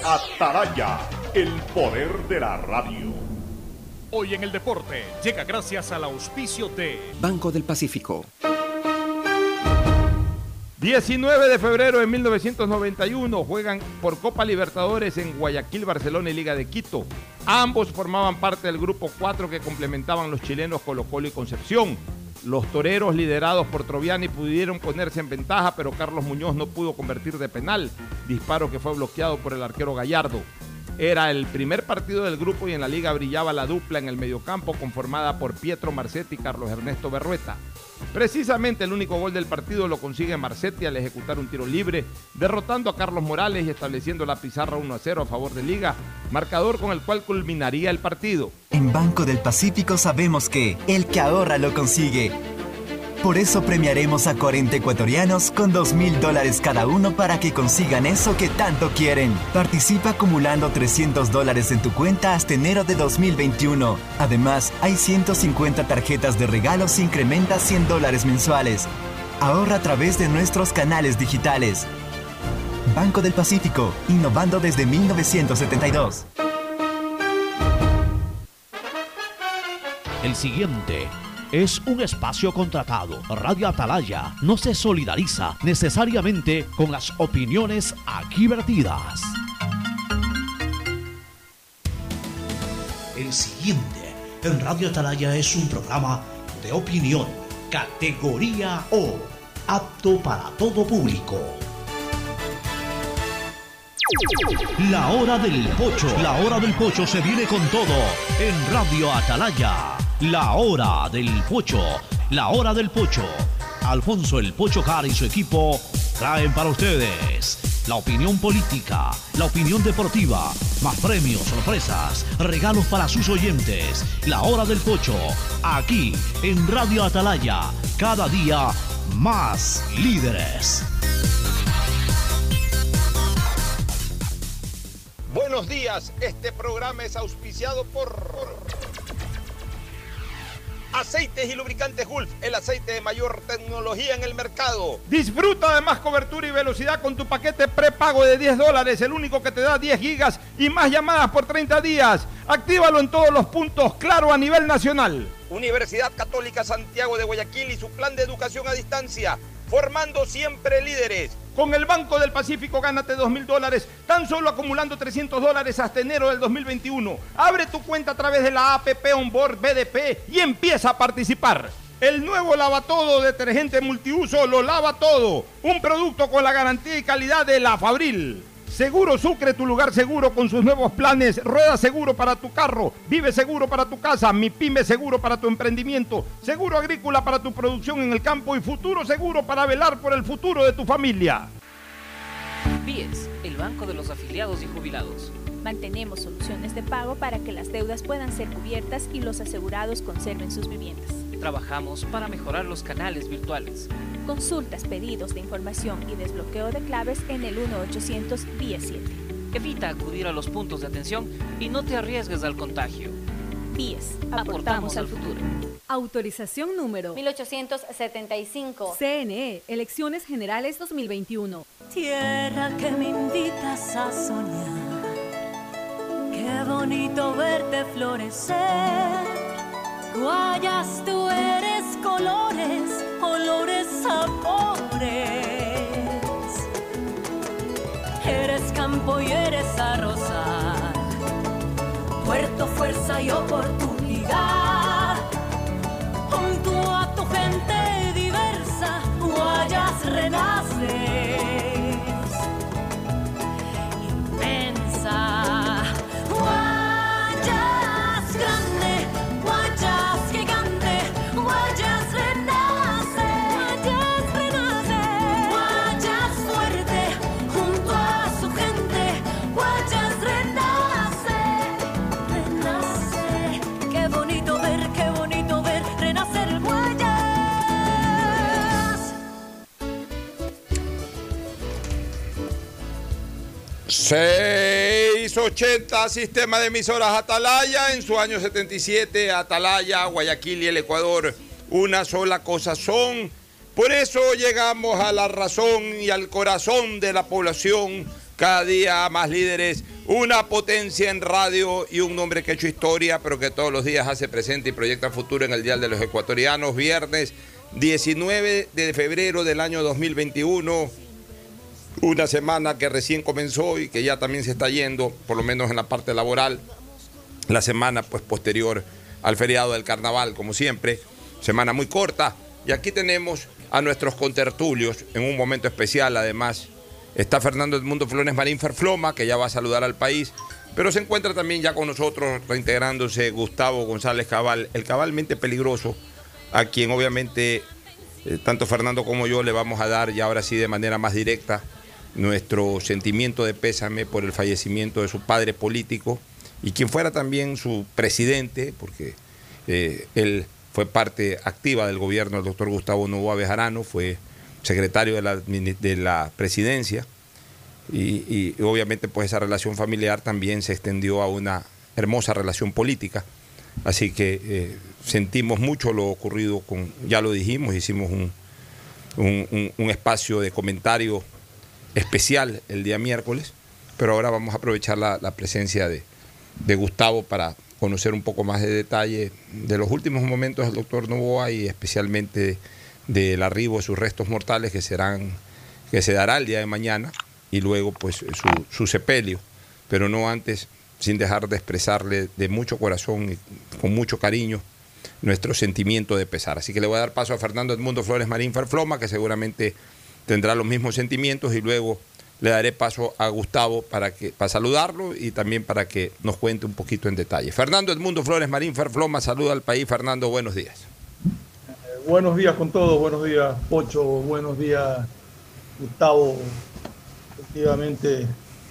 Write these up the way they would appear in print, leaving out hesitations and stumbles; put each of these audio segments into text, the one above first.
Atalaya, el poder de la radio. Hoy en el deporte llega gracias al auspicio de Banco del Pacífico. 19 de febrero de 1991 juegan por Copa Libertadores en Guayaquil, Barcelona y Liga de Quito. Ambos formaban parte del grupo 4 que complementaban los chilenos Colo-Colo y Concepción. Los toreros, liderados por Troviani, pudieron ponerse en ventaja, pero Carlos Muñoz no pudo convertir de penal, disparo que fue bloqueado por el arquero Gallardo. Era el primer partido del grupo y en la liga brillaba la dupla en el mediocampo conformada por Pietro Marcetti y Carlos Ernesto Berrueta. Precisamente el único gol del partido lo consigue Marcetti al ejecutar un tiro libre, derrotando a Carlos Morales y estableciendo la pizarra 1-0 a favor de Liga, marcador con el cual culminaría el partido. En Banco del Pacífico sabemos que el que ahorra lo consigue. Por eso premiaremos a 40 ecuatorianos con $2,000 cada uno para que consigan eso que tanto quieren. Participa acumulando $300 en tu cuenta hasta enero de 2021. Además, hay 150 tarjetas de regalos e incrementa $100 mensuales. Ahorra a través de nuestros canales digitales. Banco del Pacífico, innovando desde 1972. El siguiente es un espacio contratado. Radio Atalaya no se solidariza necesariamente con las opiniones aquí vertidas. El siguiente en Radio Atalaya es un programa de opinión, categoría O, apto para todo público. La hora del pocho. La hora del pocho se viene con todo en Radio Atalaya. La hora del pocho. La hora del pocho. Alfonso el Pocho Car y su equipo traen para ustedes la opinión política, la opinión deportiva, más premios, sorpresas, regalos para sus oyentes. La hora del pocho, aquí en Radio Atalaya, cada día más líderes. Buenos días, este programa es auspiciado por Aceites y Lubricantes Gulf, el aceite de mayor tecnología en el mercado. Disfruta de más cobertura y velocidad con tu paquete prepago de $10, el único que te da 10 gigas y más llamadas por 30 días. Actívalo en todos los puntos Claro a nivel nacional. Universidad Católica Santiago de Guayaquil y su plan de educación a distancia, formando siempre líderes. Con el Banco del Pacífico gánate $2,000, tan solo acumulando $300 hasta enero del 2021. Abre tu cuenta a través de la APP Onboard BDP y empieza a participar. El nuevo Lavatodo detergente multiuso lo lava todo. Un producto con la garantía y calidad de La Fabril. Seguro Sucre, tu lugar seguro con sus nuevos planes. Rueda seguro para tu carro, Vive seguro para tu casa, Mi Pyme seguro para tu emprendimiento, Seguro agrícola para tu producción en el campo y Futuro seguro para velar por el futuro de tu familia. BIES, el banco de los afiliados y jubilados. Mantenemos soluciones de pago para que las deudas puedan ser cubiertas y los asegurados conserven sus viviendas. Trabajamos para mejorar los canales virtuales. Consultas, pedidos de información y desbloqueo de claves en el 1-800-BIES-7. Evita acudir a los puntos de atención y no te arriesgues al contagio. BIES, aportamos al futuro. Autorización número 1875. CNE, Elecciones Generales 2021. Tierra que me invitas a soñar, qué bonito verte florecer. Guayas, tú eres colores, olores, sabores. Eres campo y eres arrozal, puerto, fuerza y oportunidad. Junto a tu gente diversa, Guayas renaces. Inmensa, Guayas grande, Guayas gigante, Guayas renace, Guayas renace, Guayas fuerte, junto a su gente, Guayas renace, renace. Qué bonito ver renacer Guayas. 680, sistema de emisoras Atalaya, en su año 77, Atalaya, Guayaquil y el Ecuador, una sola cosa son. Por eso llegamos a la razón y al corazón de la población, cada día más líderes, una potencia en radio y un hombre que ha hecho historia, pero que todos los días hace presente y proyecta futuro en el Dial de los Ecuatorianos. Viernes 19 de febrero del año 2021, una semana que recién comenzó y que ya también se está yendo, por lo menos en la parte laboral, la semana pues posterior al feriado del carnaval, como siempre, semana muy corta. Y aquí tenemos a nuestros contertulios en un momento especial. Además está Fernando Edmundo Flores Marín Ferfloma, que ya va a saludar al país, pero se encuentra también ya con nosotros reintegrándose Gustavo González Cabal, el cabalmente peligroso, a quien obviamente tanto Fernando como yo le vamos a dar ya ahora sí de manera más directa nuestro sentimiento de pésame por el fallecimiento de su padre político y quien fuera también su presidente, porque él fue parte activa del gobierno del doctor Gustavo Noboa Bejarano, fue secretario de la presidencia y obviamente pues esa relación familiar también se extendió a una hermosa relación política. Así que sentimos mucho lo ocurrido ya lo dijimos, hicimos un espacio de comentario especial el día miércoles, pero ahora vamos a aprovechar la presencia de Gustavo para conocer un poco más de detalle de los últimos momentos del doctor Noboa y especialmente del arribo de sus restos mortales que se dará el día de mañana y luego pues su sepelio, pero no antes sin dejar de expresarle de mucho corazón y con mucho cariño nuestro sentimiento de pesar. Así que le voy a dar paso a Fernando Edmundo Flores Marín Ferfloma, que seguramente tendrá los mismos sentimientos, y luego le daré paso a Gustavo para saludarlo y también para que nos cuente un poquito en detalle. Fernando Edmundo Flores Marín Ferfloma, saluda al país. Fernando, buenos días. Buenos días con todos, buenos días Pocho, buenos días Gustavo. Efectivamente,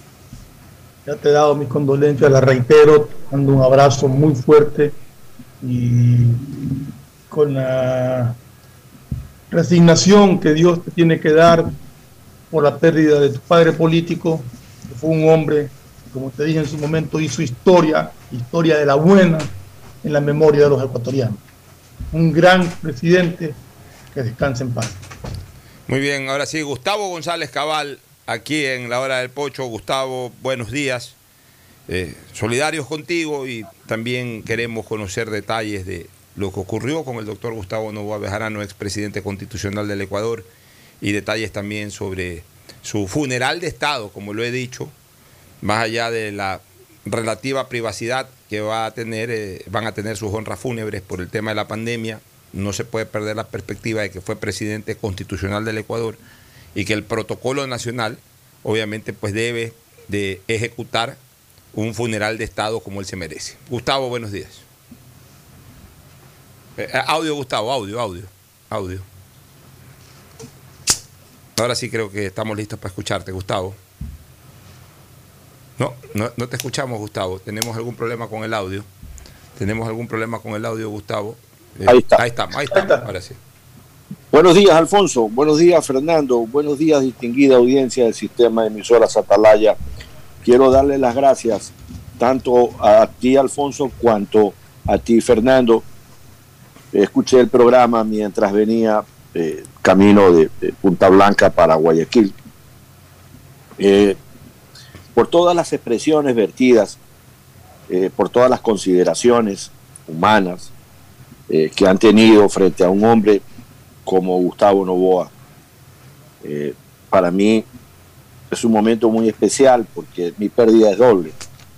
ya te he dado mis condolencias, las reitero, te mando un abrazo muy fuerte y con la resignación que Dios te tiene que dar por la pérdida de tu padre político, que fue un hombre, como te dije en su momento, hizo historia de la buena en la memoria de los ecuatorianos. Un gran presidente, que descanse en paz. Muy bien, ahora sí, Gustavo González Cabal, aquí en la Hora del Pocho. Gustavo, buenos días. Solidarios contigo y también queremos conocer detalles de lo que ocurrió con el doctor Gustavo Noboa Bejarano, expresidente constitucional del Ecuador, y detalles también sobre su funeral de Estado, como lo he dicho, más allá de la relativa privacidad que van a tener sus honras fúnebres por el tema de la pandemia. No se puede perder la perspectiva de que fue presidente constitucional del Ecuador y que el protocolo nacional obviamente pues debe de ejecutar un funeral de Estado como él se merece. Gustavo, buenos días. Audio, Gustavo, audio. Ahora sí creo que estamos listos para escucharte, Gustavo. No te escuchamos, Gustavo. ¿Tenemos algún problema con el audio? Gustavo? Ahí estamos, ahora sí. Buenos días, Alfonso. Buenos días, Fernando. Buenos días, distinguida audiencia del sistema de emisoras Atalaya. Quiero darle las gracias tanto a ti, Alfonso, cuanto a ti, Fernando. Escuché el programa mientras venía camino de Punta Blanca para Guayaquil. Por todas las expresiones vertidas, por todas las consideraciones humanas que han tenido frente a un hombre como Gustavo Noboa. Para mí es un momento muy especial porque mi pérdida es doble.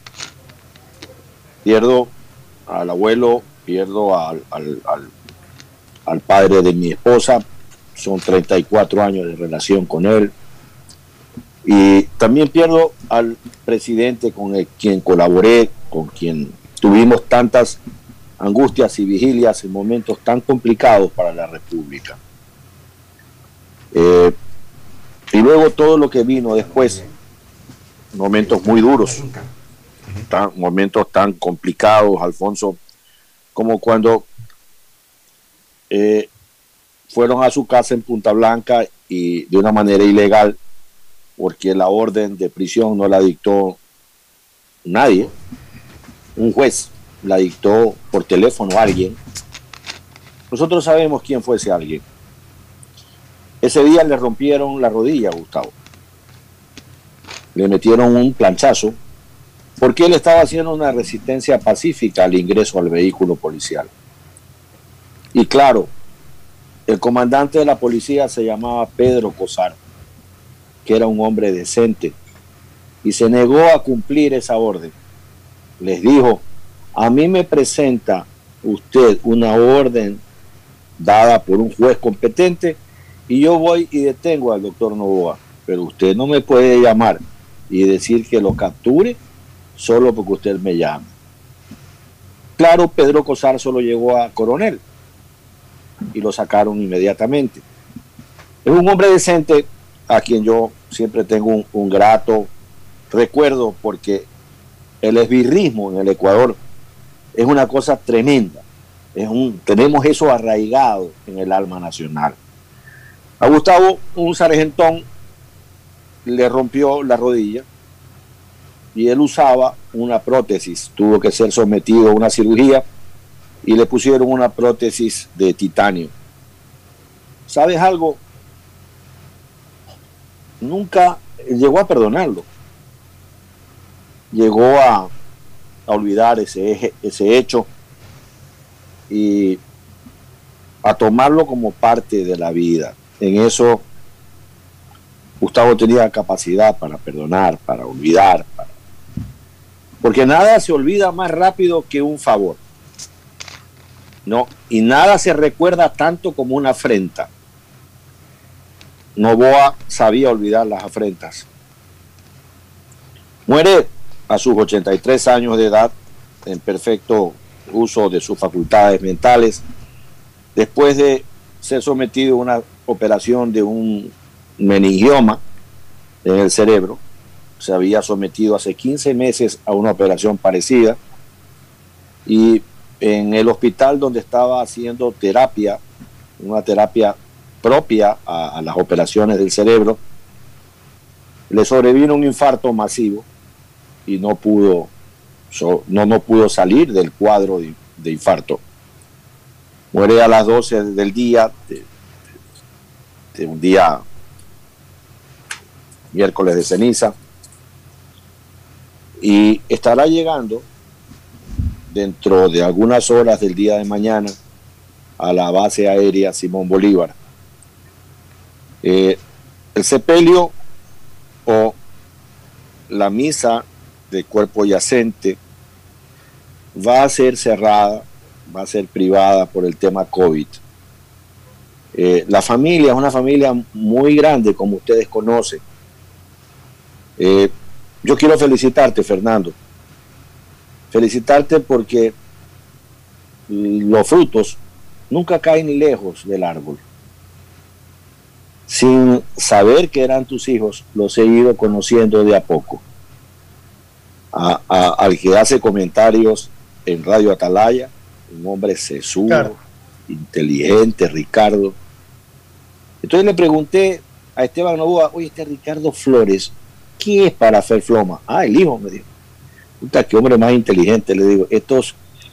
Pierdo al abuelo, pierdo al padre de mi esposa, son 34 años de relación con él, y también pierdo al presidente con quien colaboré, con quien tuvimos tantas angustias y vigilias en momentos tan complicados para la República. Y luego todo lo que vino después, momentos muy duros, momentos tan complicados, Alfonso, como cuando fueron a su casa en Punta Blanca y de una manera ilegal, porque la orden de prisión no la dictó nadie, un juez la dictó por teléfono a alguien. Nosotros sabemos quién fue ese alguien. Ese día le rompieron la rodilla a Gustavo. le metieron un planchazo porque él estaba haciendo una resistencia pacífica al ingreso al vehículo policial. Y claro, el comandante de la policía se llamaba Pedro Cosar, que era un hombre decente, y se negó a cumplir esa orden. Les dijo: a mí me presenta usted una orden dada por un juez competente y yo voy y detengo al doctor Novoa, pero usted no me puede llamar y decir que lo capture solo porque usted me llama. Claro, Pedro Cosar solo llegó a coronel y lo sacaron inmediatamente. Es un hombre decente a quien yo siempre tengo un grato recuerdo, porque el esbirrismo en el Ecuador es una cosa tremenda. Tenemos eso arraigado en el alma nacional. A Gustavo, un sargentón le rompió la rodilla y él usaba una prótesis, tuvo que ser sometido a una cirugía y le pusieron una prótesis de titanio. ¿Sabes algo? Nunca llegó a perdonarlo, llegó a olvidar ese hecho y a tomarlo como parte de la vida. En eso Gustavo tenía capacidad para perdonar, para olvidar, porque nada se olvida más rápido que un favor, ¿no? Y nada se recuerda tanto como una afrenta. Novoa sabía olvidar las afrentas. Muere a sus 83 años de edad, en perfecto uso de sus facultades mentales, después de ser sometido a una operación de un meningioma en el cerebro. Se había sometido hace 15 meses a una operación parecida, y en el hospital donde estaba haciendo terapia, una terapia propia a las operaciones del cerebro, le sobrevino un infarto masivo y no pudo salir del cuadro de infarto. Muere a las 12 del día de un día miércoles de ceniza, y estará llegando dentro de algunas horas del día de mañana a la base aérea Simón Bolívar. El sepelio o la misa de cuerpo yacente va a ser cerrada, va a ser privada por el tema COVID. La familia es una familia muy grande, como ustedes conocen. Yo quiero felicitarte, Fernando. Felicitarte porque los frutos nunca caen ni lejos del árbol. Sin saber que eran tus hijos, los he ido conociendo de a poco. Al que hace comentarios en Radio Atalaya, un hombre sesudo, inteligente, Ricardo. Entonces le pregunté a Esteban Novoa: oye, este Ricardo Flores, ¿qué es para hacer Floma? El hijo, me dijo. Puta, qué hombre más inteligente, le digo. Estos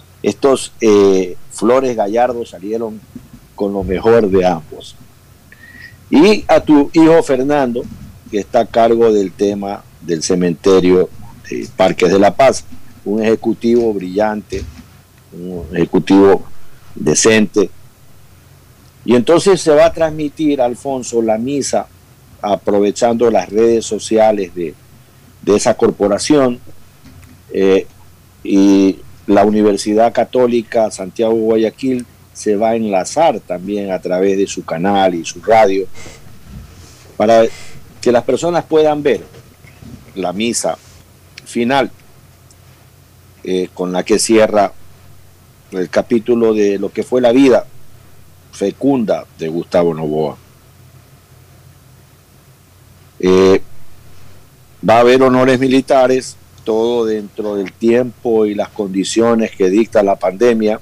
Flores Gallardo salieron con lo mejor de ambos. Y a tu hijo Fernando, que está a cargo del tema del cementerio de Parques de la Paz, un ejecutivo brillante, un ejecutivo decente. Y entonces se va a transmitir, Alfonso, la misa, aprovechando las redes sociales de esa corporación, y la Universidad Católica Santiago Guayaquil se va a enlazar también a través de su canal y su radio para que las personas puedan ver la misa final, con la que cierra el capítulo de lo que fue la vida fecunda de Gustavo Novoa. Va a haber honores militares, todo dentro del tiempo y las condiciones que dicta la pandemia,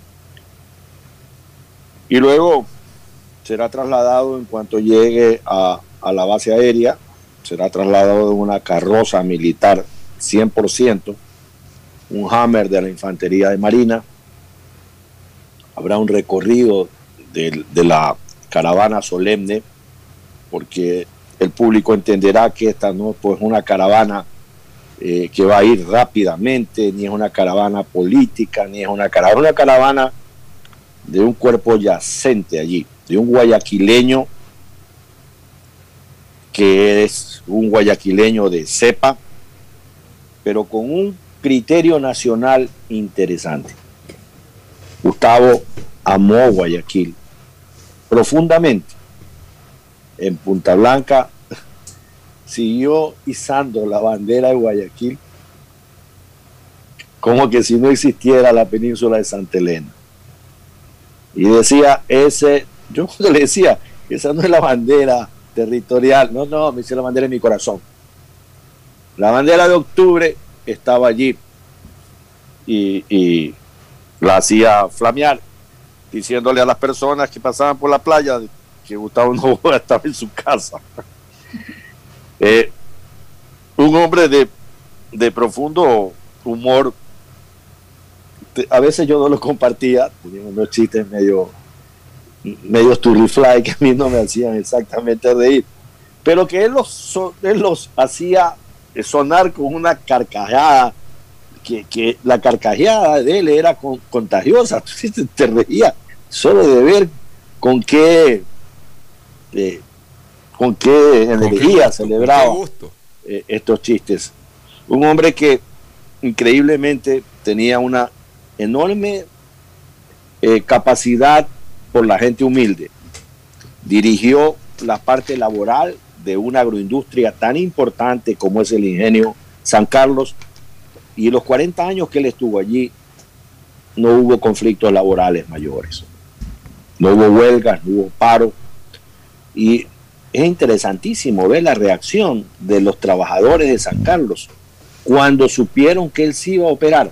y luego será trasladado, en cuanto llegue a la base aérea, será trasladado en una carroza militar 100%, un Hammer de la Infantería de Marina. Habrá un recorrido de la caravana solemne, porque el público entenderá que esta no es pues una caravana que va a ir rápidamente, ni es una caravana política, ni es una caravana de un cuerpo yacente allí, de un guayaquileño que es un guayaquileño de cepa, pero con un criterio nacional interesante. Gustavo amó Guayaquil profundamente. En Punta Blanca siguió izando la bandera de Guayaquil como que si no existiera la península de Santa Elena. Y decía, yo cuando le decía, esa no es la bandera territorial, no, me dice la bandera de mi corazón. La bandera de octubre estaba allí y la hacía flamear, diciéndole a las personas que pasaban por la playa que Gustavo Noboa estaba en su casa. Un hombre de profundo humor. A veces yo no lo compartía, tenía unos chistes medio turrifly que a mí no me hacían exactamente reír, pero que él los hacía sonar con una carcajada, que la carcajeada de él era contagiosa. Te reías solo de ver con qué energía celebraba estos chistes. Un hombre que increíblemente tenía una enorme capacidad por la gente humilde. Dirigió la parte laboral de una agroindustria tan importante como es el Ingenio San Carlos, y en los 40 años que él estuvo allí no hubo conflictos laborales mayores, no hubo huelgas, no hubo paro. Y es interesantísimo ver la reacción de los trabajadores de San Carlos cuando supieron que él sí iba a operar.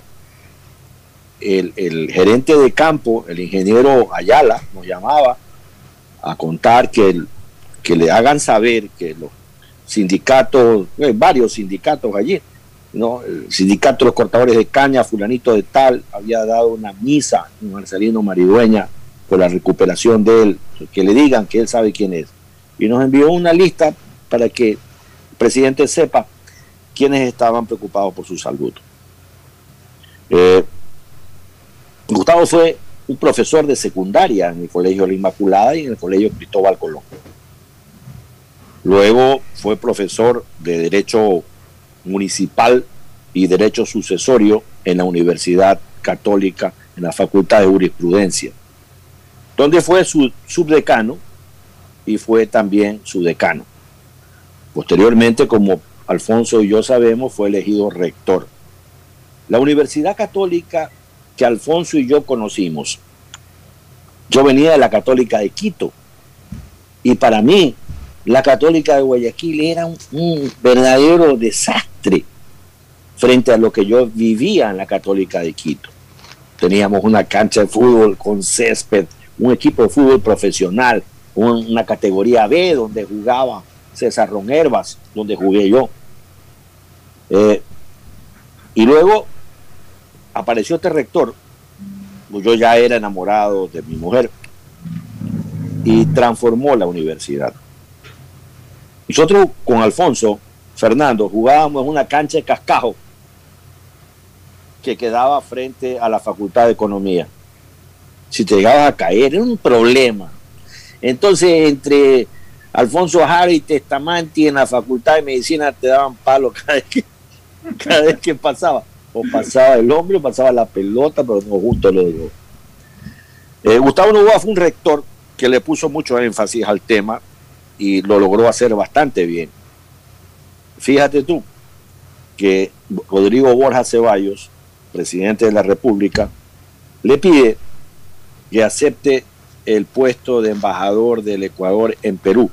El gerente de campo, el ingeniero Ayala, nos llamaba a contar que le hagan saber que los sindicatos, varios sindicatos allí, ¿no? El sindicato de los cortadores de caña, fulanito de tal, había dado una misa en Marcelino Maridueña por la recuperación de él, que le digan que él sabe quién es. Y nos envió una lista para que el presidente sepa quiénes estaban preocupados por su salud. Gustavo fue un profesor de secundaria en el Colegio La Inmaculada y en el Colegio Cristóbal Colón. Luego fue profesor de Derecho Municipal y Derecho Sucesorio en la Universidad Católica, en la Facultad de Jurisprudencia, donde fue su subdecano y fue también su decano. Posteriormente, como Alfonso y yo sabemos, fue elegido rector. La Universidad Católica que Alfonso y yo conocimos, yo venía de la Católica de Quito, y para mí la Católica de Guayaquil era un verdadero desastre frente a lo que yo vivía en la Católica de Quito. Teníamos una cancha de fútbol con césped, un equipo de fútbol profesional, una categoría B donde jugaba César Ronherbas, donde jugué yo. Y luego apareció este rector, yo ya era enamorado de mi mujer, y transformó la universidad. Nosotros con Alfonso Fernando jugábamos en una cancha de cascajo que quedaba frente a la Facultad de Economía. Si te llegabas a caer, era un problema. Entonces, entre Alfonso Jara y Testamanti en la Facultad de Medicina te daban palo cada vez que pasaba. O pasaba el hombre o pasaba la pelota, pero no justo los dos. Gustavo Noboa fue un rector que le puso mucho énfasis al tema y lo logró hacer bastante bien. Fíjate tú que Rodrigo Borja Ceballos, presidente de la República, le pide que acepte el puesto de embajador del Ecuador en Perú,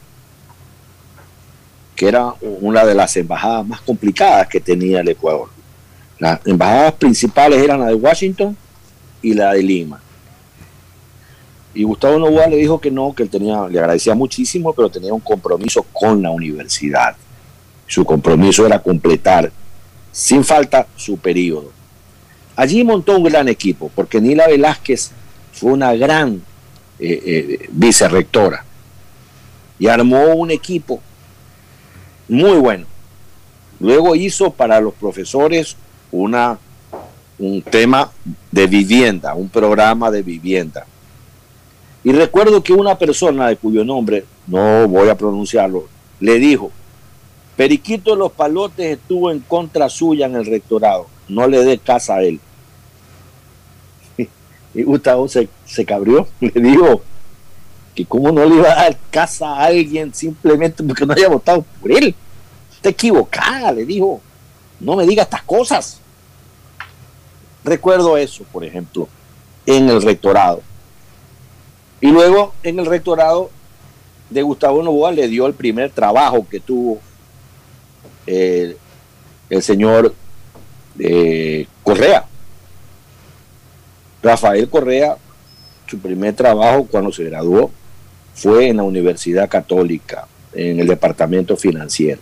que era una de las embajadas más complicadas que tenía el Ecuador. Las embajadas principales eran la de Washington y la de Lima. Y Gustavo Noboa le dijo que no, que él le agradecía muchísimo, pero tenía un compromiso con la universidad. Su compromiso era completar sin falta su periodo. Allí montó un gran equipo, porque Nila Velázquez fue una gran vicerrectora y armó un equipo muy bueno. Luego hizo para los profesores un tema de vivienda, un programa de vivienda. Y recuerdo que una persona de cuyo nombre no voy a pronunciarlo, le dijo: Periquito Los Palotes estuvo en contra suya en el rectorado, no le dé casa a él. Y Gustavo se cabrió, le dijo que cómo no le iba a dar casa a alguien simplemente porque no haya votado por él. Está equivocada, le dijo, no me diga estas cosas. Recuerdo eso, por ejemplo, en el rectorado. Y luego en el rectorado de Gustavo Noboa le dio el primer trabajo que tuvo el señor Correa. Rafael Correa, su primer trabajo cuando se graduó fue en la Universidad Católica, en el departamento financiero.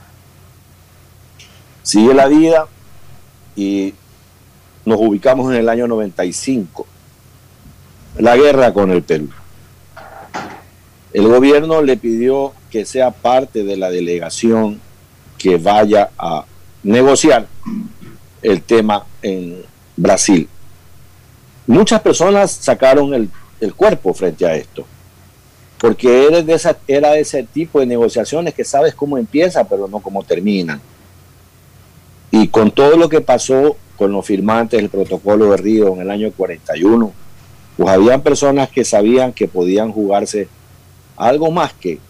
Sigue la vida y nos ubicamos en el año 95. La guerra con el Perú. El gobierno le pidió que sea parte de la delegación que vaya a negociar el tema en Brasil. Muchas personas sacaron el cuerpo frente a esto, porque era de ese tipo de negociaciones que sabes cómo empieza, pero no cómo terminan. Y con todo lo que pasó con los firmantes del Protocolo de Río en el año 41, pues habían personas que sabían que podían jugarse algo más que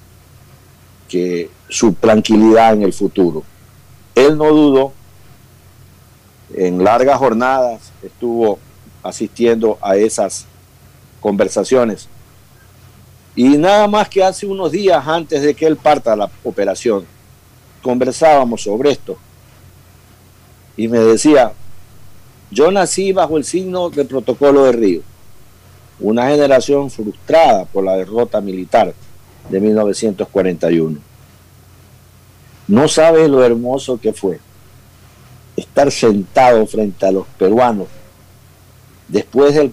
su tranquilidad en el futuro. Él no dudó, en largas jornadas estuvo asistiendo a esas conversaciones. Y nada más que hace unos días antes de que él parta a la operación, conversábamos sobre esto. Y me decía, yo nací bajo el signo del Protocolo de Río, una generación frustrada por la derrota militar de 1941. No sabes lo hermoso que fue estar sentado frente a los peruanos después del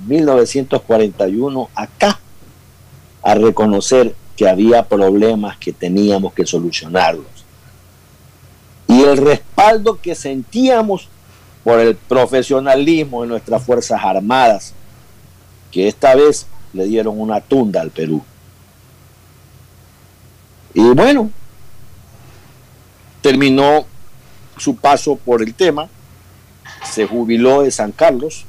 1941 acá, a reconocer que había problemas que teníamos que solucionarlos. Y el respaldo que sentíamos por el profesionalismo de nuestras Fuerzas Armadas, que esta vez le dieron una tunda al Perú. Y bueno, terminó su paso por el tema, se jubiló de San Carlos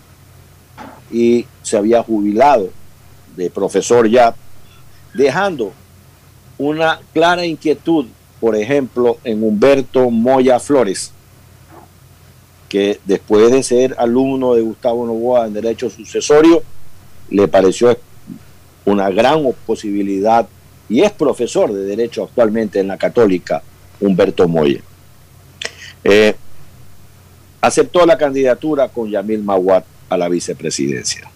y se había jubilado de profesor ya, dejando una clara inquietud, por ejemplo, en Humberto Moya Flores, que después de ser alumno de Gustavo Noboa en Derecho Sucesorio, le pareció una gran posibilidad, y es profesor de Derecho actualmente en la Católica, Humberto Moya. Aceptó la candidatura con Yamil Maguad a la vicepresidencia.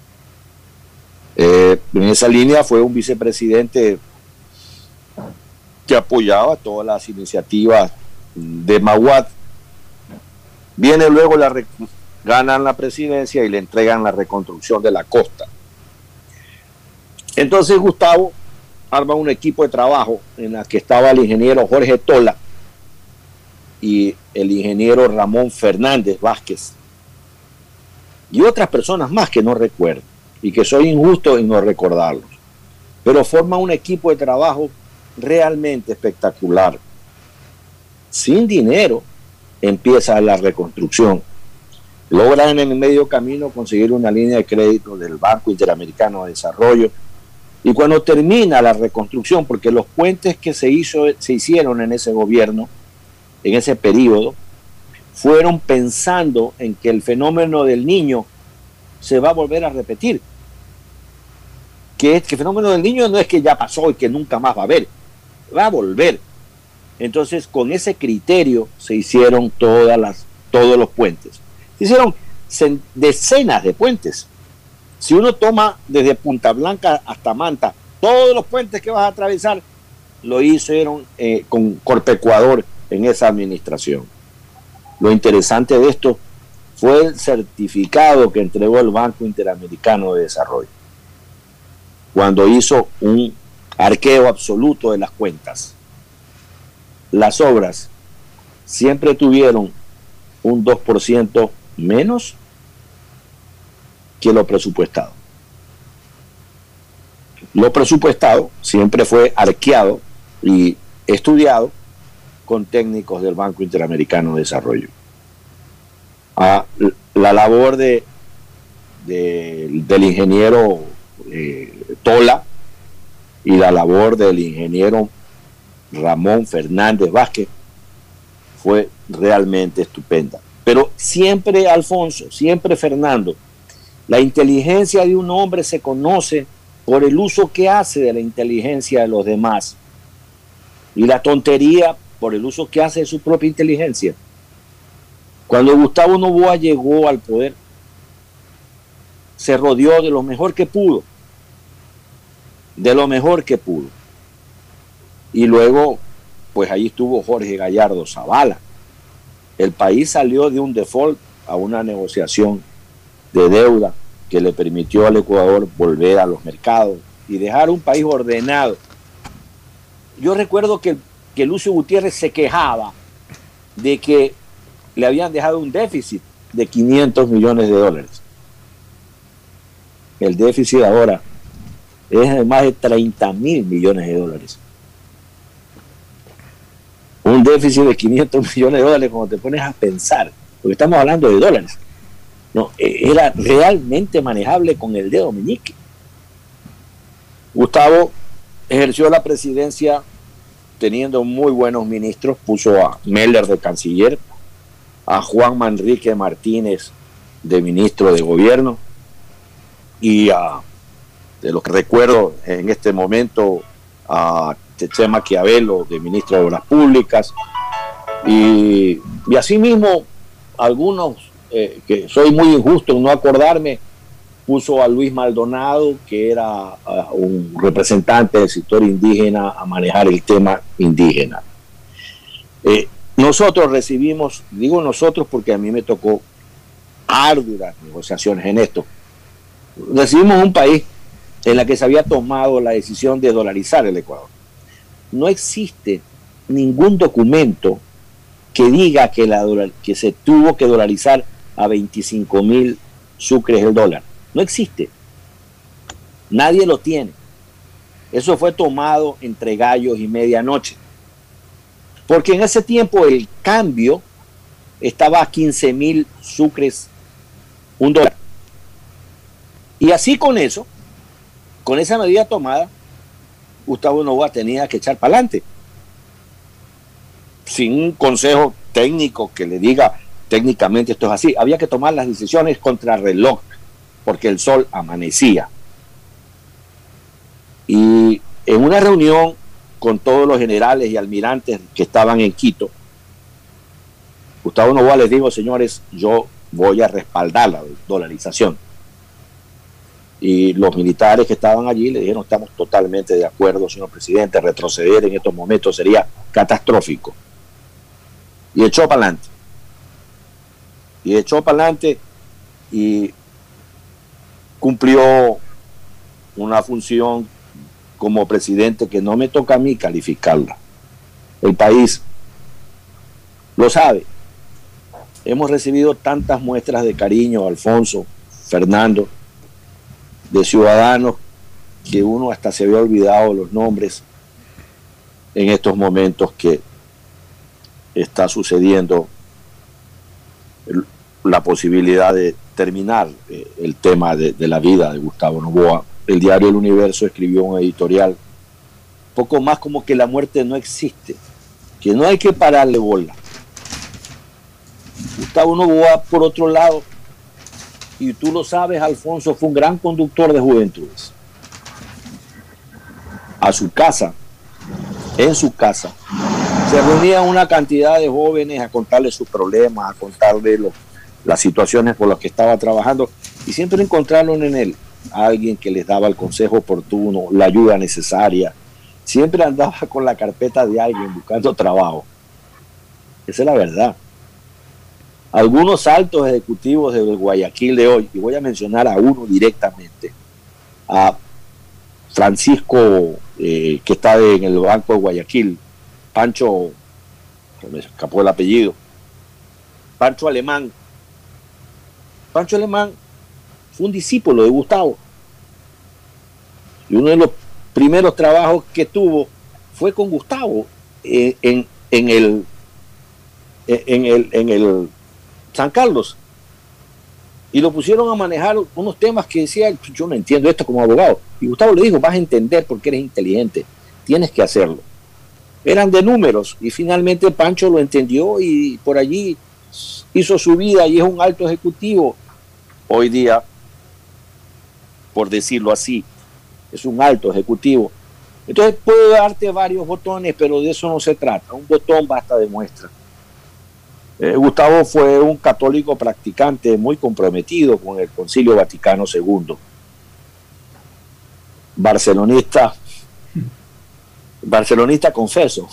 En esa línea fue un vicepresidente que apoyaba todas las iniciativas de Maguad. Viene luego ganan la presidencia y le entregan la reconstrucción de la costa. Entonces Gustavo arma un equipo de trabajo en la que estaba el ingeniero Jorge Tola y el ingeniero Ramón Fernández Vázquez y otras personas más que no recuerdo y que soy injusto en no recordarlos, pero forma un equipo de trabajo realmente espectacular. Sin dinero empieza la reconstrucción. Logran en el medio camino conseguir una línea de crédito del Banco Interamericano de Desarrollo, y cuando termina la reconstrucción, porque los puentes que se hicieron en ese gobierno, en ese periodo, fueron pensando en que el fenómeno del Niño se va a volver a repetir. Que el fenómeno del Niño no es que ya pasó y que nunca más va a haber, va a volver. Entonces, con ese criterio se hicieron todos los puentes. Se hicieron decenas de puentes. Si uno toma desde Punta Blanca hasta Manta, todos los puentes que vas a atravesar, lo hicieron con Corpecuador en esa administración. Lo interesante de esto fue el certificado que entregó el Banco Interamericano de Desarrollo, cuando hizo un arqueo absoluto de las cuentas. las obras siempre tuvieron un 2% menos que lo presupuestado. Lo presupuestado siempre fue arqueado y estudiado con técnicos del Banco Interamericano de Desarrollo. La labor del ingeniero Tola y la labor del ingeniero Ramón Fernández Vázquez fue realmente estupenda. Pero siempre, Alfonso, siempre, Fernando, la inteligencia de un hombre se conoce por el uso que hace de la inteligencia de los demás, y la tontería por el uso que hace de su propia inteligencia. Cuando Gustavo Noboa llegó al poder, se rodeó de lo mejor que pudo, y luego pues ahí estuvo Jorge Gallardo Zavala. El país salió de un default a una negociación de deuda que le permitió al Ecuador volver a los mercados y dejar un país ordenado. Yo recuerdo que Lucio Gutiérrez se quejaba de que le habían dejado un déficit de 500 millones de dólares. El déficit ahora es de más de 30 mil millones de dólares. Un déficit de 500 millones de dólares, cuando te pones a pensar, porque estamos hablando de dólares, no, era realmente manejable con el dedo meñique. Gustavo ejerció la presidencia teniendo muy buenos ministros, puso a Meller de canciller, a Juan Manrique Martínez de ministro de gobierno, y de lo que recuerdo en este momento, a Cheche Maquiavelo de ministro de Obras Públicas, y asimismo algunos, que soy muy injusto en no acordarme, puso a Luis Maldonado, que era un representante del sector indígena, a manejar el tema indígena. Nosotros recibimos, digo nosotros porque a mí me tocó arduas negociaciones en esto, recibimos un país en la que se había tomado la decisión de dolarizar el Ecuador. No existe ningún documento que diga que se tuvo que dolarizar a 25.000 sucres el dólar. No existe. Nadie lo tiene. Eso fue tomado entre gallos y medianoche. Porque en ese tiempo el cambio estaba a 15.000 sucres un dólar. Y así con eso, con esa medida tomada, Gustavo Noboa tenía que echar para adelante. Sin un consejo técnico que le diga técnicamente esto es así. Había que tomar las decisiones contra reloj, porque el sol amanecía. Y en una reunión con todos los generales y almirantes que estaban en Quito, Gustavo Noboa les dijo: señores, yo voy a respaldar la dolarización. Y los militares que estaban allí le dijeron: estamos totalmente de acuerdo, señor presidente, retroceder en estos momentos sería catastrófico. Y echó para adelante. Y cumplió una función como presidente que no me toca a mí calificarla. El país lo sabe. Hemos recibido tantas muestras de cariño, Alfonso, Fernando, de ciudadanos que uno hasta se había olvidado los nombres en estos momentos que está sucediendo la posibilidad de terminar el tema de la vida de Gustavo Noboa. El diario El Universo escribió un editorial poco más como que la muerte no existe, que no hay que pararle bola. Gustavo Noboa, por otro lado, y tú lo sabes, Alfonso, fue un gran conductor de juventudes. A su casa, en su casa, se reunían una cantidad de jóvenes a contarle sus problemas, a contarle las situaciones por las que estaba trabajando, y siempre encontraron en él a alguien que les daba el consejo oportuno, la ayuda necesaria. Siempre andaba con la carpeta de alguien buscando trabajo. Esa es la verdad. Algunos altos ejecutivos de Guayaquil de hoy, y voy a mencionar a uno directamente, a Francisco, que está en el Banco de Guayaquil, Pancho me escapó el apellido, Pancho Alemán. Pancho Alemán fue un discípulo de Gustavo. Y uno de los primeros trabajos que tuvo fue con Gustavo en el San Carlos. Y lo pusieron a manejar unos temas que decía, yo no entiendo esto como abogado. Y Gustavo le dijo, vas a entender porque eres inteligente, tienes que hacerlo. Eran de números y finalmente Pancho lo entendió y por allí hizo su vida y es un alto ejecutivo. Hoy día, por decirlo así, es un alto ejecutivo. Entonces puedo darte varios botones, pero de eso no se trata. Un botón basta de muestra. Gustavo fue un católico practicante muy comprometido con el Concilio Vaticano II. Barcelonista confeso.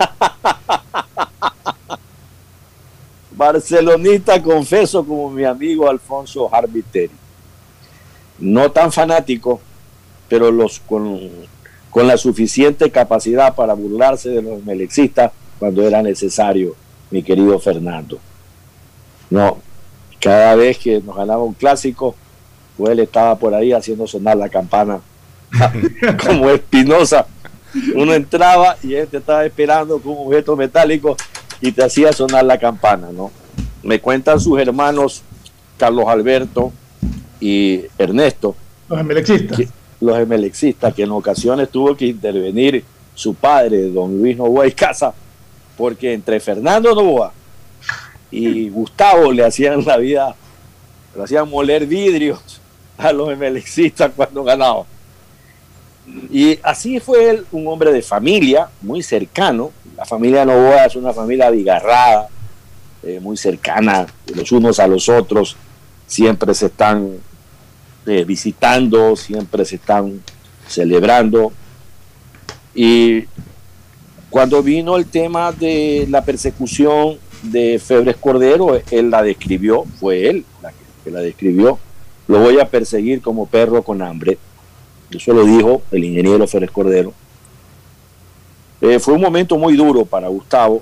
Barcelonista confeso como mi amigo Alfonso Harviteri. No tan fanático, pero con la suficiente capacidad para burlarse de los melexistas cuando era necesario, mi querido Fernando. No, cada vez que nos ganaba un clásico, pues él estaba por ahí haciendo sonar la campana como Espinosa. Uno entraba y él te estaba esperando con un objeto metálico y te hacía sonar la campana, ¿no? Me cuentan sus hermanos Carlos Alberto y Ernesto, los emelexistas, que en ocasiones tuvo que intervenir su padre, don Luis Novoa y Casa, porque entre Fernando Novoa y Gustavo le hacían la vida, le hacían moler vidrios a los emelexistas cuando ganaban. Y así fue él, un hombre de familia, muy cercano. La familia Novoa es una familia abigarrada, muy cercana los unos a los otros, siempre se están visitando, siempre se están celebrando. Y cuando vino el tema de la persecución de Febres Cordero, él la describió, fue él que la describió: lo voy a perseguir como perro con hambre. Eso lo dijo el ingeniero Febres Cordero. Fue un momento muy duro para Gustavo,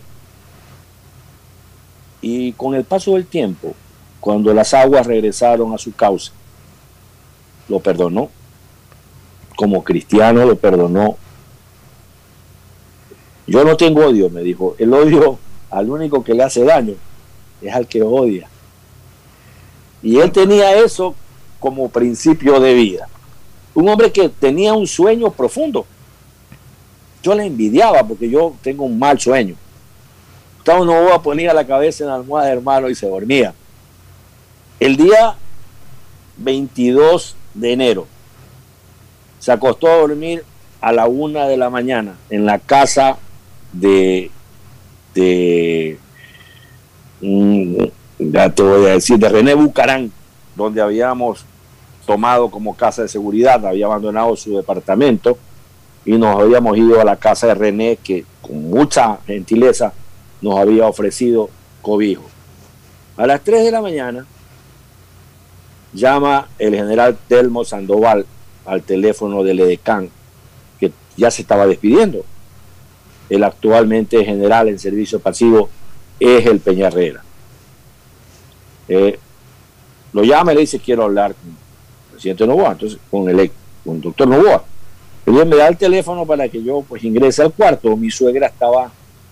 y con el paso del tiempo, cuando las aguas regresaron a su cauce, lo perdonó. Como cristiano lo perdonó. Yo no tengo odio, me dijo. El odio al único que le hace daño es al que odia. Y él tenía eso como principio de vida. Un hombre que tenía un sueño profundo. Yo le envidiaba porque yo tengo un mal sueño. Gustavo Novoa ponía la cabeza en la almohada, hermano, y se dormía. El día 22 de enero se acostó a dormir a la 1 de la mañana en la casa de ya te voy a decir, de René Bucarán, donde habíamos tomado como casa de seguridad. Había abandonado su departamento y nos habíamos ido a la casa de René, que con mucha gentileza nos había ofrecido cobijo. A las 3 de la mañana llama el general Telmo Sandoval al teléfono del edecán, que ya se estaba despidiendo. El actualmente general en servicio pasivo es el Peñarrera. Lo llama y le dice: quiero hablar con el presidente Novoa, entonces con el doctor Novoa. Y me da el teléfono para que yo pues ingrese al cuarto. Mi suegra estaba